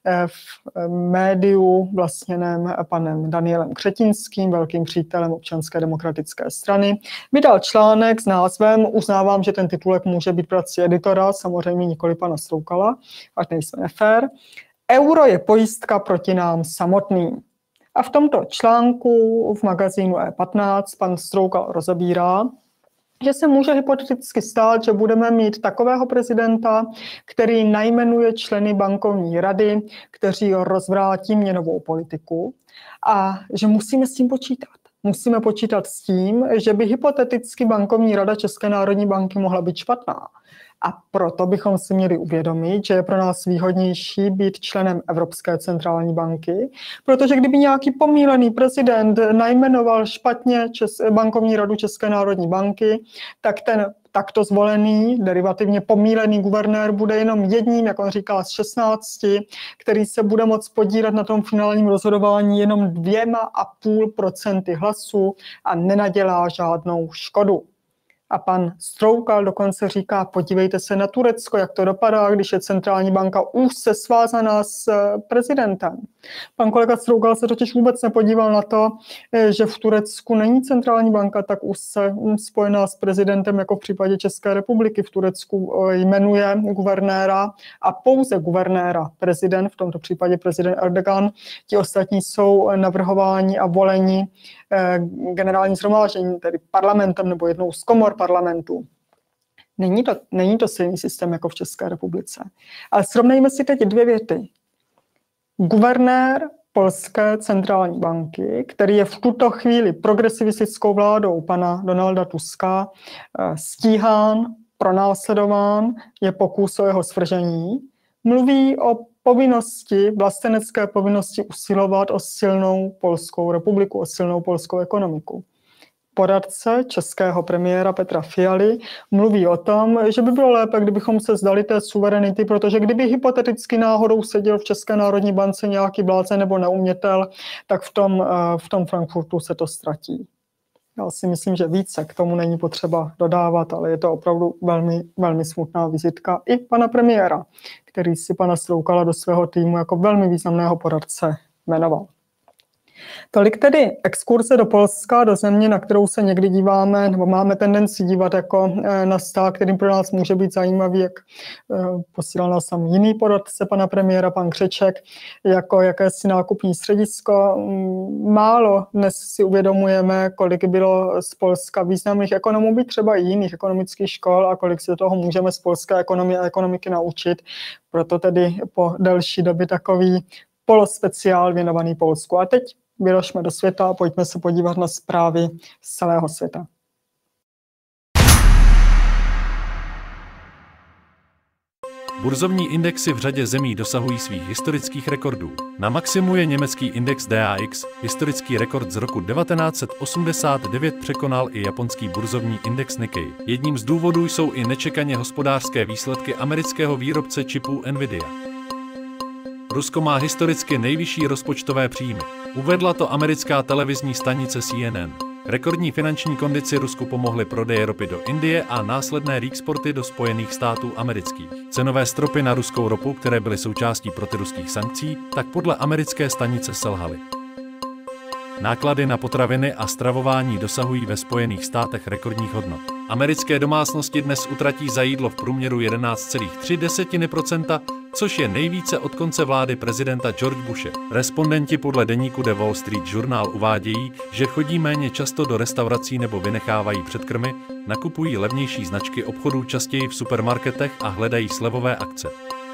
v médiu vlastněném panem Danielem Křetinským, velkým přítelem Občanské demokratické strany, vydal článek s názvem, uznávám, že ten titulek může být prací editora, samozřejmě nikoli pana Stroukala, ať nejsme nefér, Euro je pojistka proti nám samotným. A v tomto článku v magazínu E patnáct pan Stroukal rozebírá, že se může hypoteticky stát, že budeme mít takového prezidenta, který najmenuje členy bankovní rady, kteří rozvrátí měnovou politiku a že musíme s tím počítat. Musíme počítat s tím, že by hypoteticky bankovní rada České národní banky mohla být špatná. A proto bychom si měli uvědomit, že je pro nás výhodnější být členem Evropské centrální banky, protože kdyby nějaký pomílený prezident najmenoval špatně Čes- bankovní radu České národní banky, tak ten takto zvolený, derivativně pomílený guvernér bude jenom jedním, jak on říká, z šestnácti, který se bude moct podílet na tom finálním rozhodování jenom dvěma a půl procenty hlasů a nenadělá žádnou škodu. A pan Stroukal dokonce říká, podívejte se na Turecko, jak to dopadá, když je centrální banka úzce svázaná s prezidentem. Pan kolega Stroukal se totiž vůbec nepodíval na to, že v Turecku není centrální banka tak úzce spojená s prezidentem jako v případě České republiky. V Turecku jmenuje guvernéra a pouze guvernéra prezident, v tomto případě prezident Erdogan. Ti ostatní jsou navrhováni a voleni generální shromáždění, tedy parlamentem nebo jednou z komor parlamentu. Není to, není to silný systém jako v České republice. Ale srovnejme si teď dvě věty. Guvernér Polské centrální banky, který je v tuto chvíli progresivistickou vládou pana Donalda Tuska stíhán, pronásledován, je pokus o jeho svržení, mluví o povinnosti, vlastenecké povinnosti usilovat o silnou Polskou republiku, o silnou polskou ekonomiku. Poradce českého premiéra Petra Fialy mluví o tom, že by bylo lépe, kdybychom se zdali té suverenity, protože kdyby hypoteticky náhodou seděl v České národní bance nějaký vládce nebo neumětel, tak v tom, v tom Frankfurtu se to ztratí. Já si myslím, že více k tomu není potřeba dodávat, ale je to opravdu velmi, velmi smutná vizitka i pana premiéra, který si pana Stroukala do svého týmu jako velmi významného poradce jmenoval. Tolik tedy exkurze do Polska, do země, na kterou se někdy díváme, nebo máme tendenci dívat jako na stát, kterým pro nás může být zajímavý, jak posílal nás tam jiný poradce pana premiéra, pan Křeček, jako jakési nákupní středisko. Málo dnes si uvědomujeme, kolik bylo z Polska významných ekonomů, byť třeba i jiných ekonomických škol a kolik se toho můžeme z polské ekonomie a ekonomiky naučit. Proto tedy po delší době takový polospeciál věnovaný Polsku. A teď vyrošme do světa a pojďme se podívat na zprávy z celého světa. Burzovní indexy v řadě zemí dosahují svých historických rekordů. Na maximu je německý index D A X, historický rekord z roku devatenáct set osmdesát devět překonal i japonský burzovní index Nikkei. Jedním z důvodů jsou i nečekaně hospodářské výsledky amerického výrobce čipů Nvidia. Rusko má historicky nejvyšší rozpočtové příjmy. Uvedla to americká televizní stanice C N N. Rekordní finanční kondici Rusku pomohly prodeje ropy do Indie a následné reexporty do Spojených států amerických. Cenové stropy na ruskou ropu, které byly součástí protiruských sankcí, tak podle americké stanice selhaly. Náklady na potraviny a stravování dosahují ve Spojených státech rekordních hodnot. Americké domácnosti dnes utratí za jídlo v průměru jedenáct celá tři procenta, což je nejvíce od konce vlády prezidenta George Bushe. Respondenti podle deníku The Wall Street Journal uvádějí, že chodí méně často do restaurací nebo vynechávají předkrmy, nakupují levnější značky obchodů častěji v supermarketech a hledají slevové akce.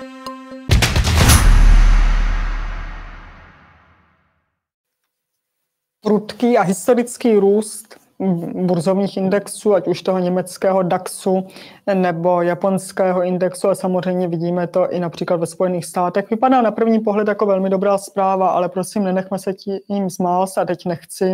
Prudký a historický růst burzovních indexů, ať už toho německého DAXu nebo japonského indexu, a samozřejmě vidíme to i například ve Spojených státech. Vypadá na první pohled jako velmi dobrá zpráva, ale prosím, nenechme se tím zmást a teď nechci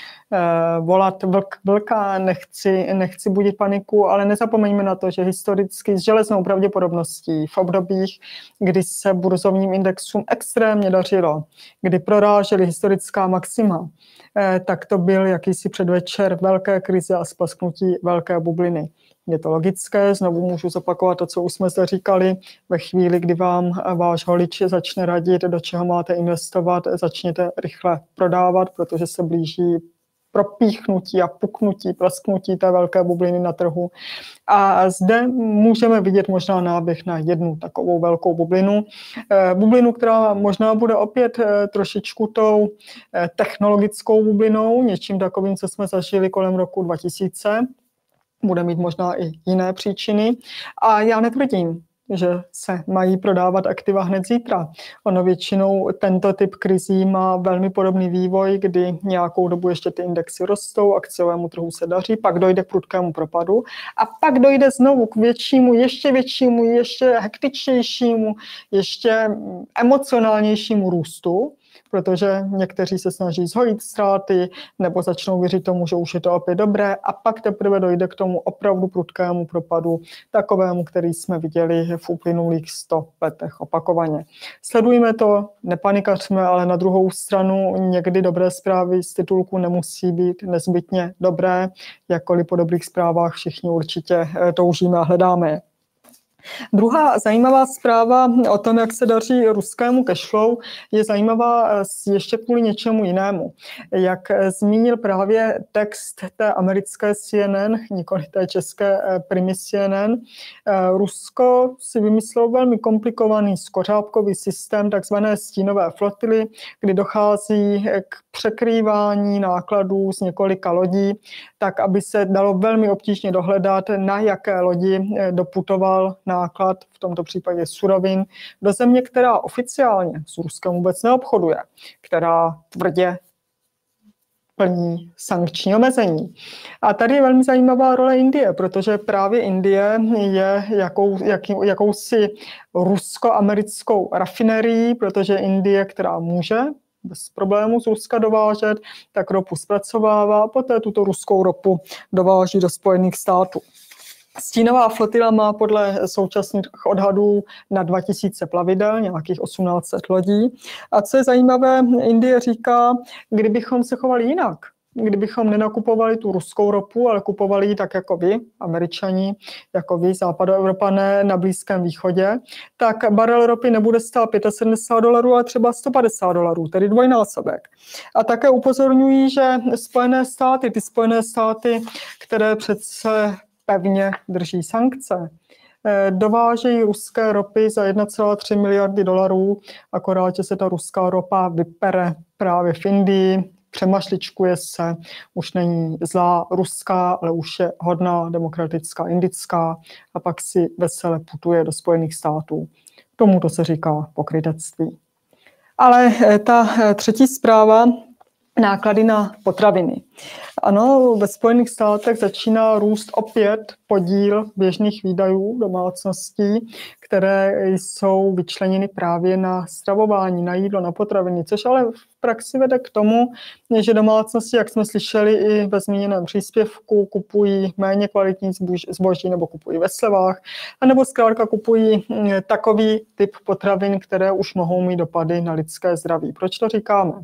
uh, volat vlk, vlka, nechci, nechci budit paniku, ale nezapomeňme na to, že historicky s železnou pravděpodobností v obdobích, kdy se burzovním indexům extrémně dařilo, kdy prorážely historická maxima, tak to byl jakýsi předvečer velké krize a splasknutí velké bubliny. Je to logické, znovu můžu zopakovat to, co už jsme zde říkali. Ve chvíli, kdy vám váš holič začne radit, do čeho máte investovat, začněte rychle prodávat, protože se blíží propíchnutí a puknutí, prasknutí té velké bubliny na trhu. A zde můžeme vidět možná náběh na jednu takovou velkou bublinu. Bublinu, která možná bude opět trošičku tou technologickou bublinou, něčím takovým, co jsme zažili kolem roku dva tisíce. Bude mít možná i jiné příčiny. A já netvrdím, že se mají prodávat aktiva hned zítra. Ono většinou tento typ krizí má velmi podobný vývoj, kdy nějakou dobu ještě ty indexy rostou, akciovému trhu se daří, pak dojde k prudkému propadu a pak dojde znovu k většímu, ještě většímu, ještě hektičtějšímu, ještě emocionálnějšímu růstu, protože někteří se snaží zhojit ztráty nebo začnou věřit tomu, že už je to opět dobré a pak teprve dojde k tomu opravdu prudkému propadu, takovému, který jsme viděli v uplynulých sto letech opakovaně. Sledujme to, nepanikařme, ale na druhou stranu někdy dobré zprávy z titulku nemusí být nezbytně dobré, jakkoliv po dobrých zprávách všichni určitě toužíme a hledáme je. Druhá zajímavá zpráva o tom, jak se daří ruskému cashflow, je zajímavá ještě kvůli něčemu jinému. Jak zmínil právě text té americké C N N, nikoli té české Primy C N N, Rusko si vymyslelo velmi komplikovaný skořápkový systém takzvané stínové flotily, kdy dochází k překrývání nákladů z několika lodí, tak aby se dalo velmi obtížně dohledat, na jaké lodi doputoval náklad, v tomto případě surovin, do země, která oficiálně s Ruskem vůbec neobchoduje, která tvrdě plní sankční omezení. A tady je velmi zajímavá role Indie, protože právě Indie je jakou, jak, jakousi rusko-americkou rafinerií, protože Indie, která může bez problémů z Ruska dovážet, tak ropu zpracovává a poté tuto ruskou ropu dováží do Spojených států. Stínová flotila má podle současných odhadů na dva tisíce plavidel, nějakých osmnáct set lodí. A co je zajímavé, Indie říká, kdybychom se chovali jinak, kdybychom nenakupovali tu ruskou ropu, ale kupovali ji tak jako vy, Američani, jako vy, Západoevropané na Blízkém východě, tak barel ropy nebude stát sedmdesát pět dolarů, ale třeba sto padesát dolarů, tedy dvojnásobek. A také upozorňují, že Spojené státy, ty Spojené státy, které přece pevně drží sankce, dovážejí ruské ropy za jedna celá tři miliardy dolarů, akorát, že se ta ruská ropa vypere právě v Indii, přemašličkuje se, už není zlá ruská, ale už je hodná demokratická indická a pak si vesele putuje do Spojených států. Tomuto se říká pokrytectví. Ale ta třetí zpráva, náklady na potraviny. Ano, ve Spojených státech začíná růst opět podíl běžných výdajů domácností, které jsou vyčleněny právě na stravování, na jídlo, na potraviny, což ale v praxi vede k tomu, že domácnosti, jak jsme slyšeli i ve zmíněném příspěvku, kupují méně kvalitní zboží nebo kupují ve slevách, anebo zkrátka kupují takový typ potravin, které už mohou mít dopady na lidské zdraví. Proč to říkáme?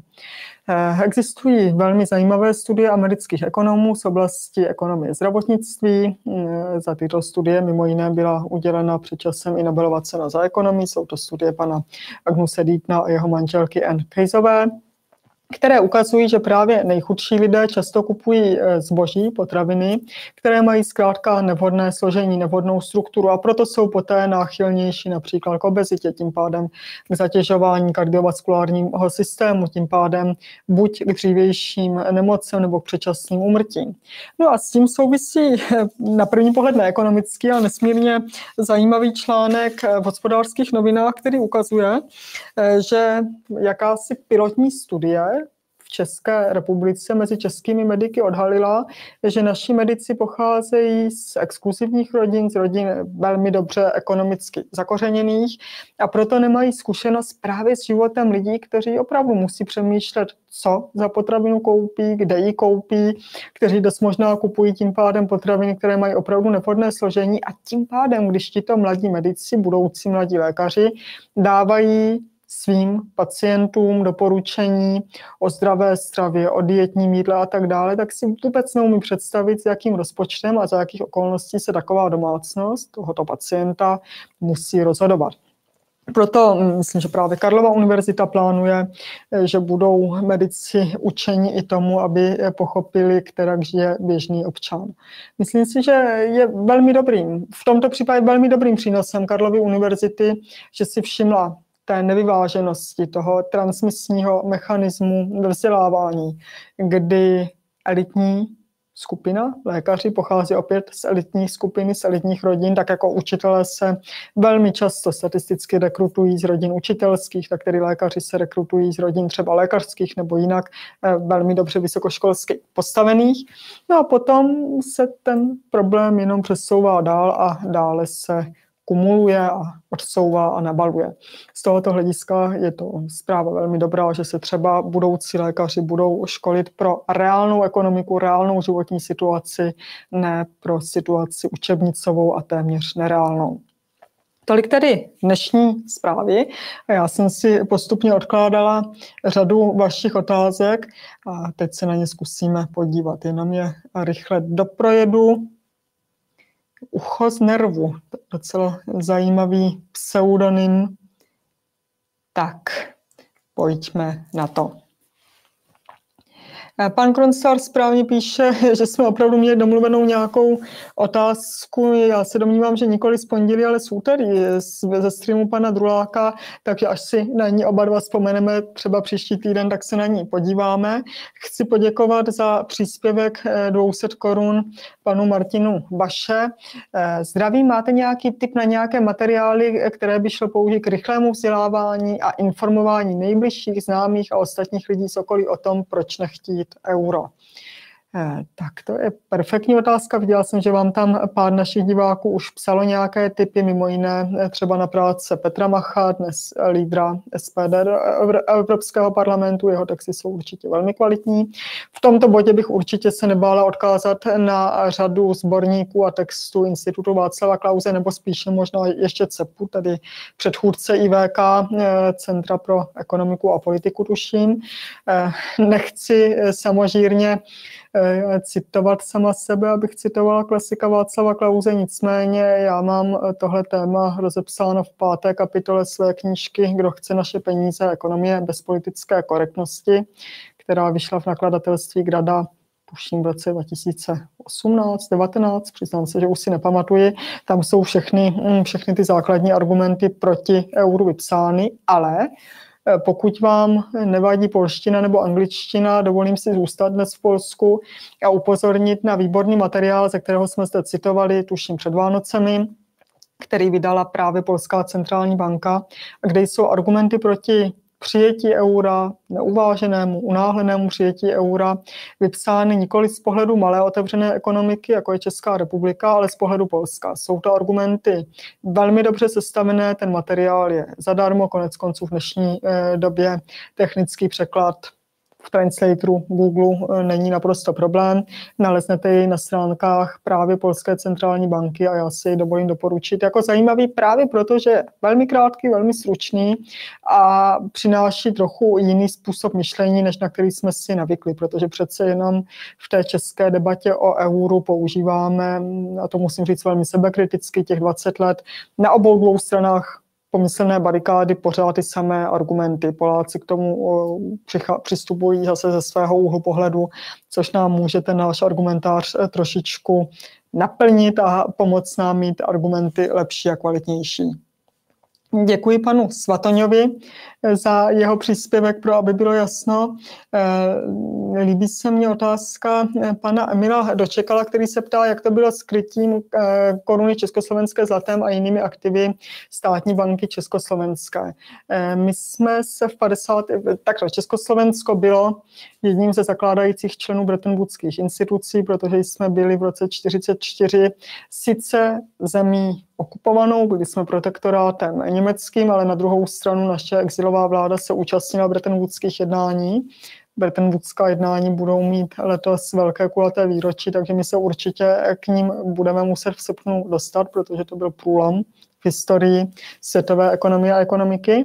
Existují velmi zajímavé studie amerických ekonomů z oblasti ekonomie zdravotnictví. Za tyto studie mimo jiné byla udělena před časem i Nobelova cena za ekonomii. Jsou to studie pana Agnuse Deatona a jeho manželky Anne Caseové, které ukazují, že právě nejchudší lidé často kupují zboží, potraviny, které mají zkrátka nevhodné složení, nevhodnou strukturu a proto jsou poté náchylnější například k obezitě, tím pádem k zatěžování kardiovaskulárního systému, tím pádem buď k dřívějším nemocem nebo k předčasným úmrtím. No a s tím souvisí na první pohled neekonomický, ale nesmírně zajímavý článek v Hospodářských novinách, který ukazuje, že jakási pilotní studie v České republice mezi českými mediky odhalila, že naši medici pocházejí z exkluzivních rodin, z rodin velmi dobře ekonomicky zakořeněných a proto nemají zkušenost právě s životem lidí, kteří opravdu musí přemýšlet, co za potravinu koupí, kde ji koupí, kteří dost možná kupují tím pádem potraviny, které mají opravdu nevhodné složení a tím pádem, když tito mladí medici, budoucí mladí lékaři, dávají svým pacientům doporučení o zdravé stravě, o dietním jídle a tak dále, tak si vůbec neumí představit, s jakým rozpočtem a za jakých okolností se taková domácnost tohoto pacienta musí rozhodovat. Proto myslím, že právě Karlova univerzita plánuje, že budou medici učeni i tomu, aby pochopili, kterak žije běžný občan. Myslím si, že je velmi dobrým, v tomto případě velmi dobrým přínosem Karlovy univerzity, že si všimla té nevyváženosti, toho transmisního mechanismu ve vzdělávání, kdy elitní skupina, lékaři pochází opět z elitních skupiny, z elitních rodin, tak jako učitelé se velmi často statisticky rekrutují z rodin učitelských, tak tedy lékaři se rekrutují z rodin třeba lékařských nebo jinak velmi dobře vysokoškolsky postavených. No a potom se ten problém jenom přesouvá dál a dále se kumuluje a odsouvá a nabaluje. Z tohoto hlediska je to zpráva velmi dobrá, že se třeba budoucí lékaři budou školit pro reálnou ekonomiku, reálnou životní situaci, ne pro situaci učebnicovou a téměř nereálnou. Tolik tedy dnešní zprávy. Já jsem si postupně odkládala řadu vašich otázek a teď se na ně zkusíme podívat. Jenom je rychle doprojedu. Ucho z nervu, docela zajímavý pseudonym. Tak, pojďme na to. Pan Kronstar správně píše, že jsme opravdu měli domluvenou nějakou otázku. Já se domnívám, že nikoli z pondělí, ale z úterý ze streamu pana Druláka, takže až si na ní oba dva vzpomeneme třeba příští týden, tak se na ní podíváme. Chci poděkovat za příspěvek dvě stě korun panu Martinu Baše. Zdravím, máte nějaký tip na nějaké materiály, které by šlo použít k rychlému vzdělávání a informování nejbližších, známých a ostatních lidí z okolí o tom, proč nechtít euro? Tak to je perfektní otázka. Viděla jsem, že vám tam pár našich diváků už psalo nějaké tipy, mimo jiné třeba na práce Petra Macha, dnes lídra S P D do Evropského parlamentu. Jeho texty jsou určitě velmi kvalitní. V tomto bodě bych určitě se nebála odkázat na řadu sborníků a textů Institutu Václava Klause, nebo spíše možná ještě C E P U, tedy předchůdce I V K, Centra pro ekonomiku a politiku, tuším. Nechci samožírně citovat sama sebe, abych citovala klasika Václava Klause, nicméně já mám tohle téma rozepsáno v páté kapitole své knížky Kdo chce naše peníze, ekonomie bez politické korektnosti, která vyšla v nakladatelství Grada, tuším v roce dva tisíce osmnáct devatenáct, přiznám se, že už si nepamatuji. Tam jsou všechny, všechny ty základní argumenty proti euru vypsány, ale pokud vám nevadí polština nebo angličtina, dovolím si zůstat dnes v Polsku a upozornit na výborný materiál, ze kterého jsme zde citovali, tuším před Vánocemi, který vydala právě Polská centrální banka, kde jsou argumenty proti přijetí eura, neuváženému, unáhlenému přijetí eura, vypsány nikoli z pohledu malé otevřené ekonomiky, jako je Česká republika, ale z pohledu Polska. Jsou to argumenty velmi dobře sestavené, ten materiál je zadarmo, konec konců v dnešní eh, době technický překlad v Translatoru Google není naprosto problém. Naleznete ji na stránkách právě Polské centrální banky a já si ji dovolím doporučit jako zajímavý právě proto, že je velmi krátký, velmi stručný a přináší trochu jiný způsob myšlení, než na který jsme si navykli, protože přece jenom v té české debatě o euru používáme, a to musím říct velmi sebekriticky, těch dvacet let na obou dvou stranách pomyslné barikády, pořád ty samé argumenty. Poláci k tomu přistupují zase ze svého úhlu pohledu, což nám může ten náš argumentář trošičku naplnit a pomoct nám mít argumenty lepší a kvalitnější. Děkuji panu Svatoňovi za jeho příspěvek, pro aby bylo jasno. Líbí se mně otázka pana Emila Dočekala, který se ptá, jak to bylo s krytím koruny československé zlatem a jinými aktivy státní banky československé. My jsme se v padesátých takhle Československo bylo jedním ze zakládajících členů Brettonwoodských institucí, protože jsme byli v roce čtyřicet čtyři sice zemí okupovanou, byli jsme protektorátem německým, ale na druhou stranu naše exilová vláda se účastnila Brettonwoodských jednání. Brettonwoodská jednání budou mít letos velké kulaté výročí, takže my se určitě k ním budeme muset v srpnu dostat, protože to byl průlom v historii světové ekonomie a ekonomiky.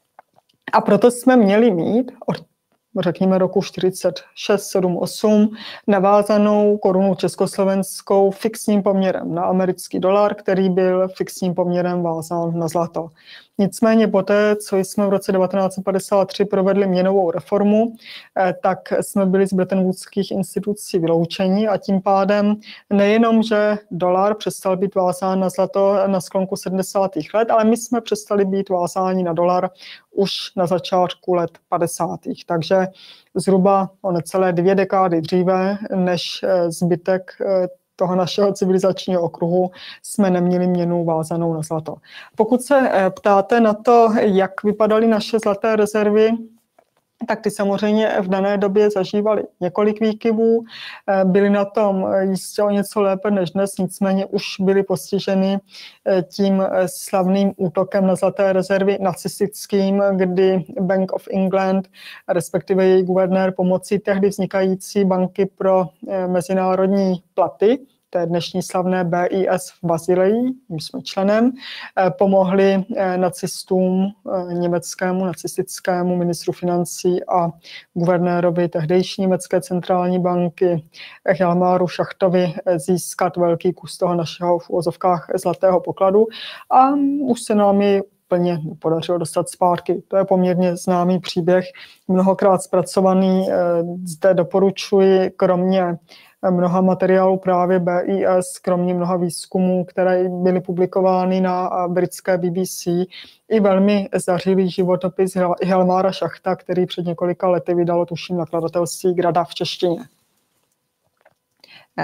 A proto jsme měli mít od řekněme roku čtyřicet šest, sedm, osm, navázanou korunu československou fixním poměrem na americký dolar, který byl fixním poměrem vázán na zlato. Nicméně poté, co jsme v roce devatenáct padesát tři provedli měnovou reformu, tak jsme byli z Brettonwoodských institucí vyloučeni a tím pádem nejenom, že dolar přestal být vázán na zlato na sklonku sedmdesátých let, ale my jsme přestali být vázáni na dolar už na začátku let padesátých. Takže zhruba o necelé dvě dekády dříve, než zbytek toho našeho civilizačního okruhu, jsme neměli měnu vázanou na zlato. Pokud se ptáte na to, jak vypadaly naše zlaté rezervy, tak ty samozřejmě v dané době zažívali několik výkyvů, byly na tom jistě o něco lépe než dnes, nicméně už byly postiženy tím slavným útokem na zlaté rezervy nacistickým, kdy Bank of England, respektive její guvernér pomocí tehdy vznikající banky pro mezinárodní platy, té dnešní slavné B I S v Basileji, my jsme členem, pomohli nacistům, německému nacistickému ministru financí a guvernérovi tehdejší německé centrální banky Hjalmáru Schachtovi získat velký kus toho našeho v uvozovkách zlatého pokladu a už se nám ji plně podařilo dostat zpátky. To je poměrně známý příběh, mnohokrát zpracovaný. Zde doporučuji, kromě mnoha materiálů právě B I S, kromě mnoha výzkumů, které byly publikovány na britské B B C, i velmi zařilý životopis Hjalmára Schachta, který před několika lety vydalo, tuším, nakladatelství Grada v češtině.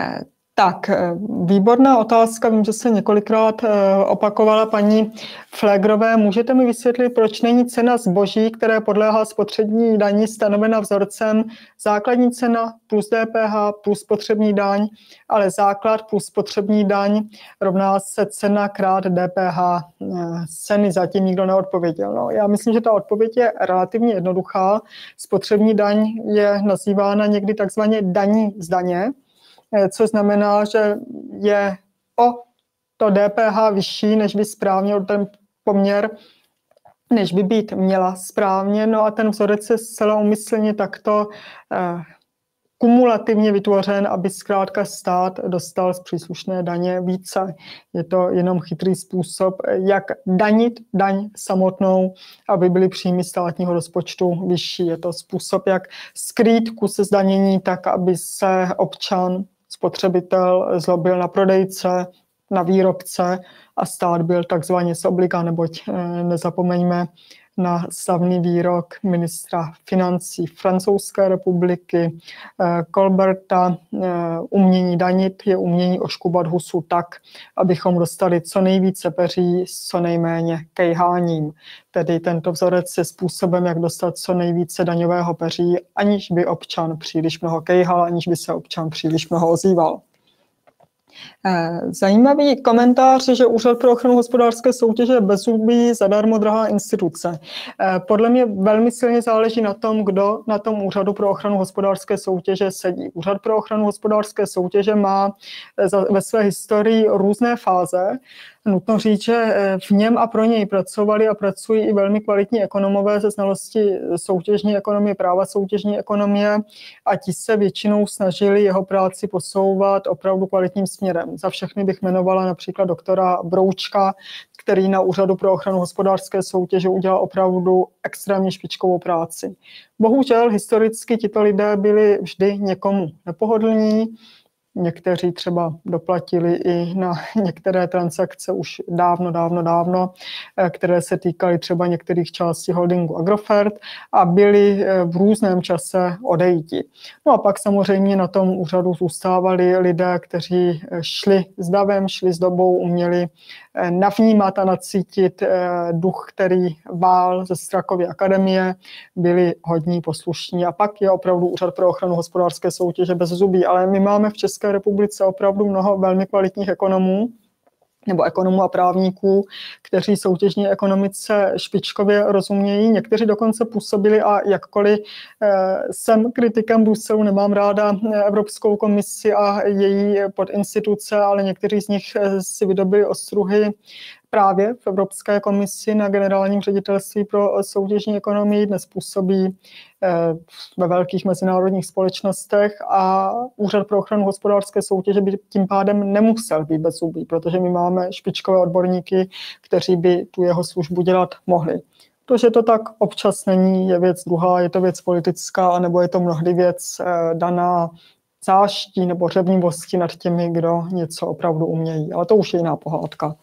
Tak, výborná otázka. Vím, že se několikrát opakovala paní Flegrové. Můžete mi vysvětlit, proč není cena zboží, které podléhá spotřební dani, stanovena vzorcem základní cena plus D P H plus spotřební daň, ale základ plus spotřební daň rovná se cena krát D P H ceny? Zatím nikdo neodpověděl. No, já myslím, že ta odpověď je relativně jednoduchá. Spotřební daň je nazývána někdy takzvaně daní z daně, což znamená, že je o to D P H vyšší, než by správně ten poměr, než by být měla správně. No a ten vzorec je zcela umyslně takto eh, kumulativně vytvořen, aby zkrátka stát dostal z příslušné daně více. Je to jenom chytrý způsob, jak danit daň samotnou, aby byly příjmy státního rozpočtu vyšší. Je to způsob, jak skrýt kus zdanění tak, aby se občan, spotřebitel zlobil na prodejce, na výrobce a stát byl takzvaně z obliga, neboť nezapomeňme na slavný výrok ministra financí Francouzské republiky Colberta: umění danit je umění oškubat husu tak, abychom dostali co nejvíce peří s co nejméně kejháním. Tedy tento vzorec je způsobem, jak dostat co nejvíce daňového peří, aniž by občan příliš mnoho kejhal, aniž by se občan příliš mnoho ozýval. Zajímavý komentář, že Úřad pro ochranu hospodářské soutěže je bezzubý, zadarmo drahá instituce. Podle mě velmi silně záleží na tom, kdo na tom Úřadu pro ochranu hospodářské soutěže sedí. Úřad pro ochranu hospodářské soutěže má ve své historii různé fáze. Nutno říct, že v něm a pro něj pracovali a pracují i velmi kvalitní ekonomové ze znalosti soutěžní ekonomie, práva soutěžní ekonomie, a ti se většinou snažili jeho práci posouvat opravdu kvalitním směrem. Za všechny bych jmenovala například doktora Broučka, který na Úřadu pro ochranu hospodářské soutěže udělal opravdu extrémně špičkovou práci. Bohužel historicky tito lidé byli vždy někomu nepohodlní. Někteří třeba doplatili i na některé transakce už dávno, dávno, dávno, které se týkaly třeba některých částí holdingu Agrofert a byli v různém čase odejiti. No a pak samozřejmě na tom úřadu zůstávali lidé, kteří šli s davem, šli s dobou, uměli navnímat a nacítit duch, který vál ze Strakovy akademie, byli hodní, poslušní. A pak je opravdu Úřad pro ochranu hospodářské soutěže bez zubí. Ale my máme v České republice opravdu mnoho velmi kvalitních ekonomů, nebo ekonomů a právníků, kteří soutěžní ekonomice špičkově rozumějí. Někteří dokonce působili, a jakkoliv jsem kritikem Bruselu, nemám ráda Evropskou komisi a její podinstituce, ale někteří z nich si vydobili ostruhy právě v Evropské komisi na generálním ředitelství pro soutěžní ekonomii, dnes působí ve velkých mezinárodních společnostech a Úřad pro ochranu hospodářské soutěže by tím pádem nemusel být bezzubý, protože my máme špičkové odborníky, kteří by tu jeho službu dělat mohli. To, že to tak občas není, je věc druhá, je to věc politická, nebo je to mnohdy věc daná záští nebo řevnivostí nad těmi, kdo něco opravdu umějí. Ale to už je jiná pohádka.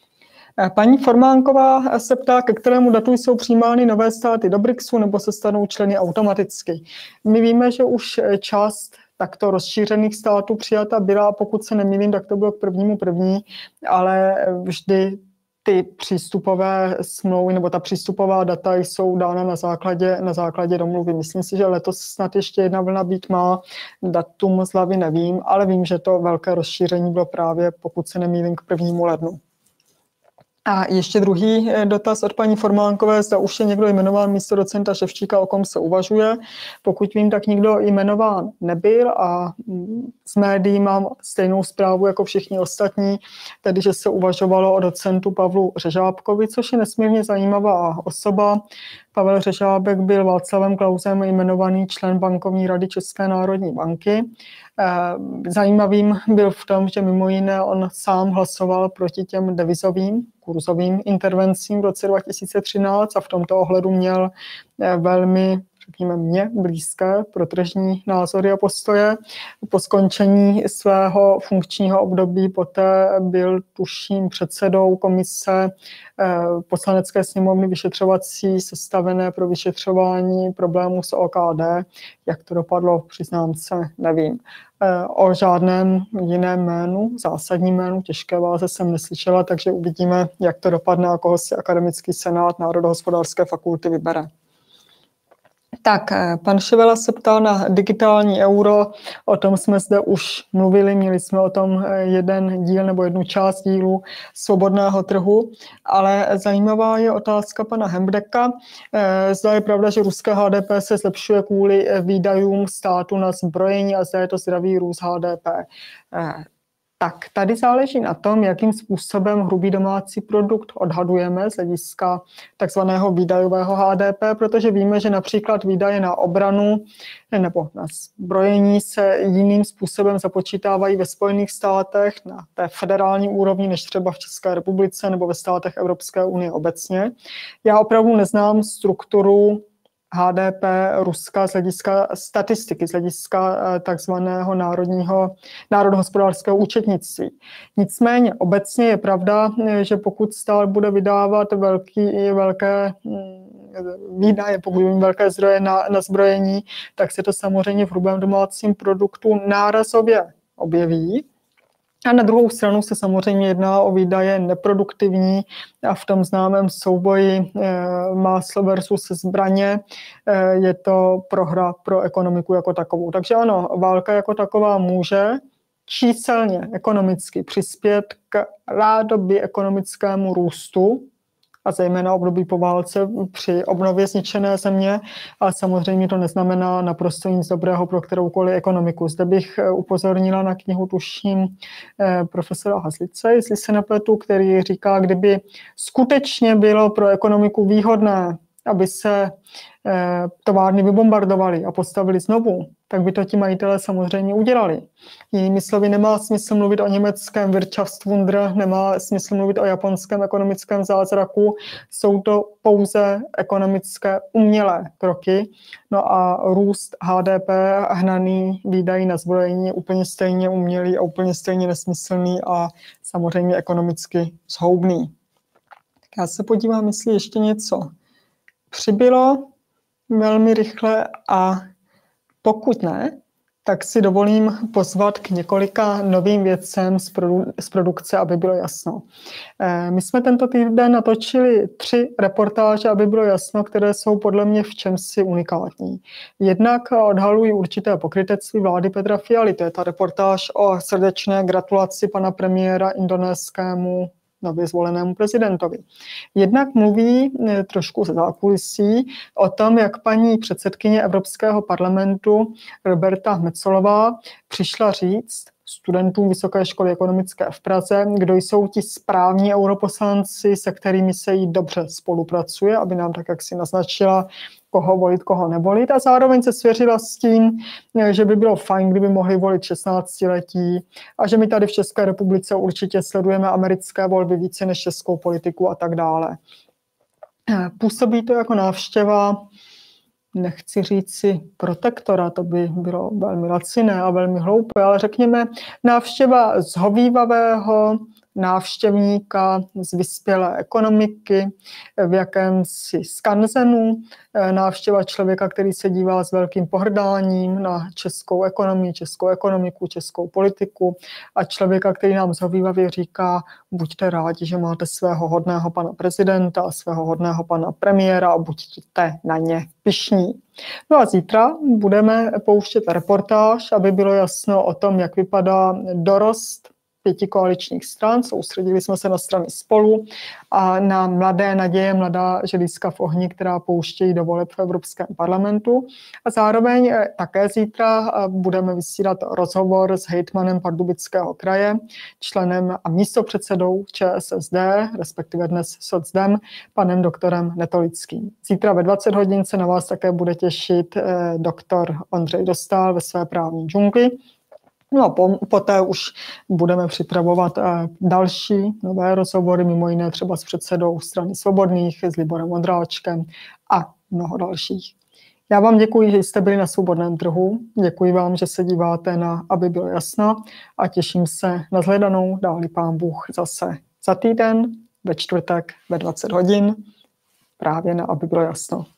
Paní Formánková se ptá, ke kterému datu jsou přijímány nové státy do BRICSu nebo se stanou členy automaticky. My víme, že už část takto rozšířených států přijata byla, a pokud se nemýlím, tak to bylo k prvnímu první, ale vždy ty přístupové smlouvy nebo ta přístupová data jsou dána na základě, na základě domluvy. Myslím si, že letos snad ještě jedna vlna být má, datum z hlavy nevím, ale vím, že to velké rozšíření bylo právě, pokud se nemýlím, k prvnímu lednu. A ještě druhý dotaz od paní Formánkové, zda už je někdo jmenován místo docenta Ševčíka, o kom se uvažuje. Pokud vím, tak nikdo jmenován nebyl a z médií mám stejnou zprávu jako všichni ostatní, tedy že se uvažovalo o docentu Pavlu Řežábkovi, což je nesmírně zajímavá osoba. Pavel Řežábek byl Václavem Klausem jmenovaný člen bankovní rady České národní banky. Zajímavým byl v tom, že mimo jiné on sám hlasoval proti těm devizovým kurzovým intervencím v roce dva tisíce třináct a v tomto ohledu měl velmi, řekněme mně, blízké pro tržní názory a postoje. Po skončení svého funkčního období poté byl tuším předsedou komise Poslanecké sněmovny vyšetřovací sestavené pro vyšetřování problémů s O K D. Jak to dopadlo, přiznám se, nevím. O žádném jiném jménu, zásadním jménu, těžké váze jsem neslyšela, takže uvidíme, jak to dopadne a koho si Akademický senát Národohospodářské fakulty vybere. Tak, pan Ševela se ptal na digitální euro, o tom jsme zde už mluvili, měli jsme o tom jeden díl nebo jednu část dílu svobodného trhu, ale zajímavá je otázka pana Hembdeka. Zda je pravda, že ruské H D P se zlepšuje kvůli výdajům státu na zbrojení a zda je to zdravý růst H D P. Tak tady záleží na tom, jakým způsobem hrubý domácí produkt odhadujeme z hlediska takzvaného výdajového H D P, protože víme, že například výdaje na obranu nebo na zbrojení se jiným způsobem započítávají ve Spojených státech na té federální úrovni, než třeba v České republice nebo ve státech Evropské unie obecně. Já opravdu neznám strukturu H D P Ruska z hlediska statistiky, z hlediska takzvaného národního, národohospodářského účetnictví. Nicméně obecně je pravda, že pokud stát bude vydávat velký, velké výdaje, pokud bude velké zdroje na, na zbrojení, tak se to samozřejmě v hrubém domácím produktu nárazově objeví. A na druhou stranu se samozřejmě jedná o výdaje neproduktivní a v tom známém souboji máslo versus zbraně je to prohra pro ekonomiku jako takovou. Takže ano, válka jako taková může číselně ekonomicky přispět k rádoby ekonomickému růstu, a zejména období po válce při obnově zničené země, ale samozřejmě to neznamená naprosto nic dobrého pro kteroukoliv ekonomiku. Zde bych upozornila na knihu, tuším, profesora Hazlice, jestli se nepletu, který říká, kdyby skutečně bylo pro ekonomiku výhodné, aby se továrny vybombardovaly a postavili znovu, tak by to ti majitelé samozřejmě udělali. Jinými slovy, nemá smysl mluvit o německém Wirtschaftswunder, nemá smysl mluvit o japonském ekonomickém zázraku, jsou to pouze ekonomické umělé kroky. No a růst H D P hnaný výdají na zbrojení je úplně stejně umělý a úplně stejně nesmyslný a samozřejmě ekonomicky zhoubný. Tak já se podívám, jestli ještě něco přibylo velmi rychle a pokud ne, tak si dovolím pozvat k několika novým věcem z, produ- z produkce, aby bylo jasno. E, my jsme tento týden natočili tři reportáže, aby bylo jasno, které jsou podle mě v čemsi unikátní. Jednak odhalují určité pokrytectví vlády Petra Fialy, to je ta reportáž o srdečné gratulaci pana premiéra indonéskému nově zvolenému prezidentovi. Jednak mluví trošku ze zákulisí o tom, jak paní předsedkyně Evropského parlamentu Roberta Metsolová přišla říct studentům Vysoké školy ekonomické v Praze, kdo jsou ti správní europoslanci, se kterými se jí dobře spolupracuje, aby nám tak, jak si naznačila, koho volit, koho nevolit. A zároveň se svěřila s tím, že by bylo fajn, kdyby mohli volit šestnáctiletí a že my tady v České republice určitě sledujeme americké volby více než českou politiku a tak dále. Působí to jako návštěva, nechci říct si protektora, to by bylo velmi laciné a velmi hloupé, ale řekněme návštěva zhovívavého návštěvníka z vyspělé ekonomiky v jakémsi skanzenu, návštěva člověka, který se dívá s velkým pohrdáním na českou ekonomii, českou ekonomiku, českou politiku a člověka, který nám zhovívavě říká, buďte rádi, že máte svého hodného pana prezidenta a svého hodného pana premiéra a buďte na ně pyšní. No a zítra budeme pouštět reportáž, aby bylo jasno o tom, jak vypadá dorost pěti koaličních stran, soustředili jsme se na strany Spolu a na mladé naděje, mladá želízka v ohni, která pouštějí do voleb v Evropském parlamentu. A zároveň také zítra budeme vysílat rozhovor s hejtmanem Pardubického kraje, členem a místopředsedou ČSSD, respektive dnes socdem, panem doktorem Netolickým. Zítra ve dvacet hodin se na vás také bude těšit doktor Ondřej Dostál ve své právní džungli. No a po, poté už budeme připravovat eh, další nové rozhovory, mimo jiné třeba s předsedou strany Svobodných, s Liborem Ondráčkem a mnoho dalších. Já vám děkuji, že jste byli na Svobodném trhu. Děkuji vám, že se díváte na Aby bylo jasno a těším se na shledanou, dá-li pán Bůh, zase za týden ve čtvrtek ve dvacet hodin právě na Aby bylo jasno.